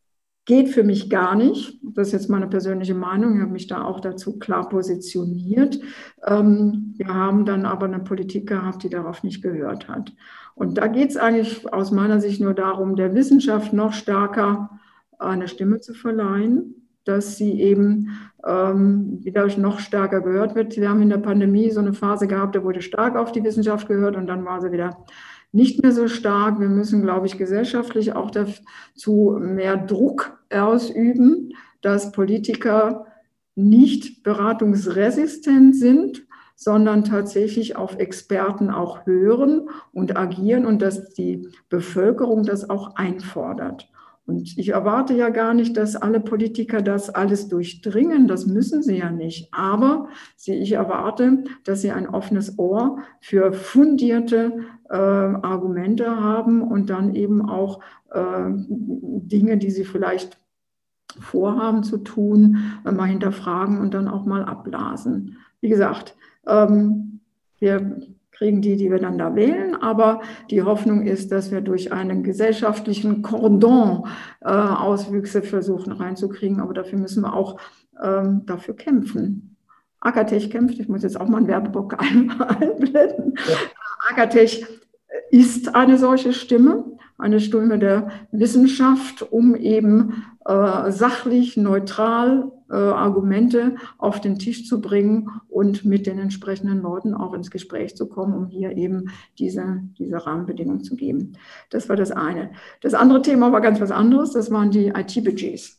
Geht für mich gar nicht. Das ist jetzt meine persönliche Meinung. Ich habe mich da auch dazu klar positioniert. Ähm, wir haben dann aber eine Politik gehabt, die darauf nicht gehört hat. Und da geht es eigentlich aus meiner Sicht nur darum, der Wissenschaft noch stärker eine Stimme zu verleihen, dass sie eben ähm, wieder noch stärker gehört wird. Wir haben in der Pandemie so eine Phase gehabt, da wurde stark auf die Wissenschaft gehört und dann war sie wieder nicht mehr so stark. Wir müssen, glaube ich, gesellschaftlich auch dazu mehr Druck ausüben, dass Politiker nicht beratungsresistent sind, sondern tatsächlich auf Experten auch hören und agieren und dass die Bevölkerung das auch einfordert. Und ich erwarte ja gar nicht, dass alle Politiker das alles durchdringen, das müssen sie ja nicht. Aber ich erwarte, dass sie ein offenes Ohr für fundierte äh, Argumente haben und dann eben auch äh, Dinge, die sie vielleicht vorhaben zu tun, äh, mal hinterfragen und dann auch mal abblasen. Wie gesagt, ähm, wir kriegen die, die wir dann da wählen. Aber die Hoffnung ist, dass wir durch einen gesellschaftlichen Cordon äh, Auswüchse versuchen reinzukriegen. Aber dafür müssen wir auch ähm, dafür kämpfen. Akatech kämpft, ich muss jetzt auch mal einen Werbeblock einblenden. Ja. Akatech ist eine solche Stimme, eine Stimme der Wissenschaft, um eben äh, sachlich, neutral äh, Argumente auf den Tisch zu bringen und mit den entsprechenden Leuten auch ins Gespräch zu kommen, um hier eben diese, diese Rahmenbedingungen zu geben. Das war das eine. Das andere Thema war ganz was anderes, das waren die I T-Budgets.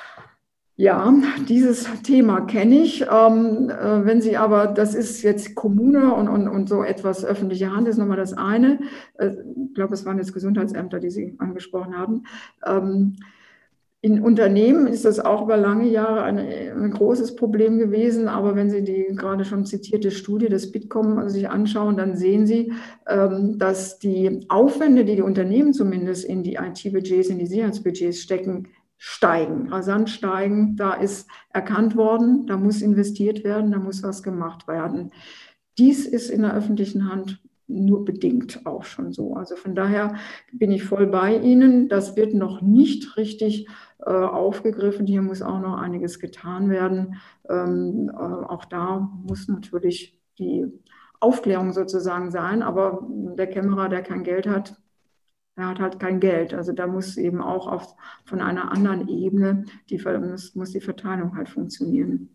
Ja, dieses Thema kenne ich. Ähm, äh, wenn Sie aber, das ist jetzt Kommune und, und, und so etwas öffentliche Hand, ist nochmal das eine. Äh, ich glaube, es waren jetzt Gesundheitsämter, die Sie angesprochen haben. Ähm, in Unternehmen ist das auch über lange Jahre eine, ein großes Problem gewesen. Aber wenn Sie die gerade schon zitierte Studie des Bitkom sich anschauen, dann sehen Sie, ähm, dass die Aufwände, die die Unternehmen zumindest in die I T-Budgets, in die Sicherheitsbudgets stecken, steigen, rasant steigen. Da ist erkannt worden, da muss investiert werden, da muss was gemacht werden. Dies ist in der öffentlichen Hand nur bedingt auch schon so. Also von daher bin ich voll bei Ihnen. Das wird noch nicht richtig äh, aufgegriffen. Hier muss auch noch einiges getan werden. Ähm, äh, auch da muss natürlich die Aufklärung sozusagen sein. Aber der Kämmerer, der kein Geld hat, er hat halt kein Geld. Also da muss eben auch auf, von einer anderen Ebene, die, muss, muss die Verteilung halt funktionieren.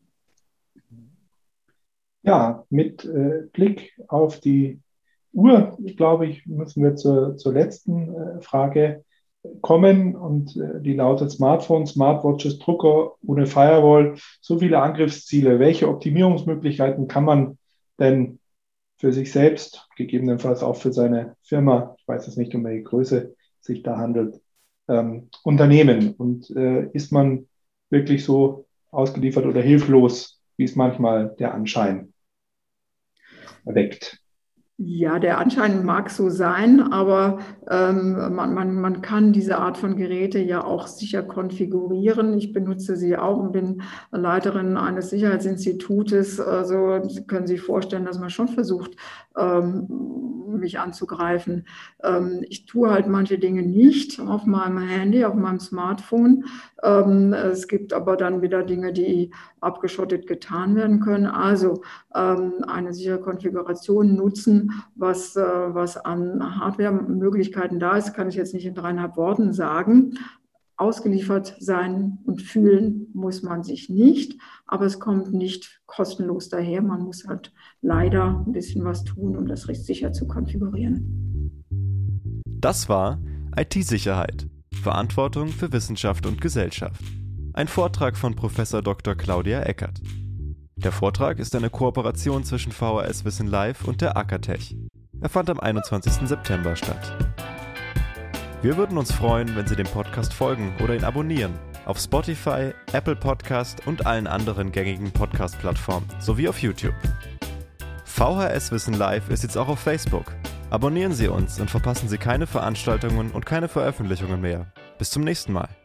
Ja, mit äh, Blick auf die Uhr, glaube ich, müssen wir zur, zur letzten äh, Frage kommen. Und äh, die lautet Smartphones, Smartwatches, Drucker ohne Firewall, so viele Angriffsziele. Welche Optimierungsmöglichkeiten kann man denn für sich selbst, gegebenenfalls auch für seine Firma, ich weiß jetzt nicht, um welche Größe sich da handelt, ähm, unternehmen? Und äh, ist man wirklich so ausgeliefert oder hilflos, wie es manchmal der Anschein erweckt?
Ja, der Anschein mag so sein, aber ähm, man, man, man kann diese Art von Geräte ja auch sicher konfigurieren. Ich benutze sie auch und bin Leiterin eines Sicherheitsinstitutes. Also Sie können sich vorstellen, dass man schon versucht, ähm, mich anzugreifen. Ähm, ich tue halt manche Dinge nicht auf meinem Handy, auf meinem Smartphone. Ähm, es gibt aber dann wieder Dinge, die abgeschottet getan werden können. Also ähm, eine sichere Konfiguration nutzen, was, äh, was an Hardware-Möglichkeiten da ist, kann ich jetzt nicht in dreieinhalb Worten sagen. Ausgeliefert sein und fühlen muss man sich nicht, aber es kommt nicht kostenlos daher. Man muss halt leider ein bisschen was tun, um das recht sicher zu konfigurieren.
Das war I T-Sicherheit. Verantwortung für Wissenschaft und Gesellschaft. Ein Vortrag von Professor Doktor Claudia Eckert. Der Vortrag ist eine Kooperation zwischen V H S Wissen Live und der Akatech. Er fand am einundzwanzigsten September statt. Wir würden uns freuen, wenn Sie dem Podcast folgen oder ihn abonnieren. Auf Spotify, Apple Podcast und allen anderen gängigen Podcast-Plattformen sowie auf YouTube. V H S Wissen Live ist jetzt auch auf Facebook. Abonnieren Sie uns und verpassen Sie keine Veranstaltungen und keine Veröffentlichungen mehr. Bis zum nächsten Mal.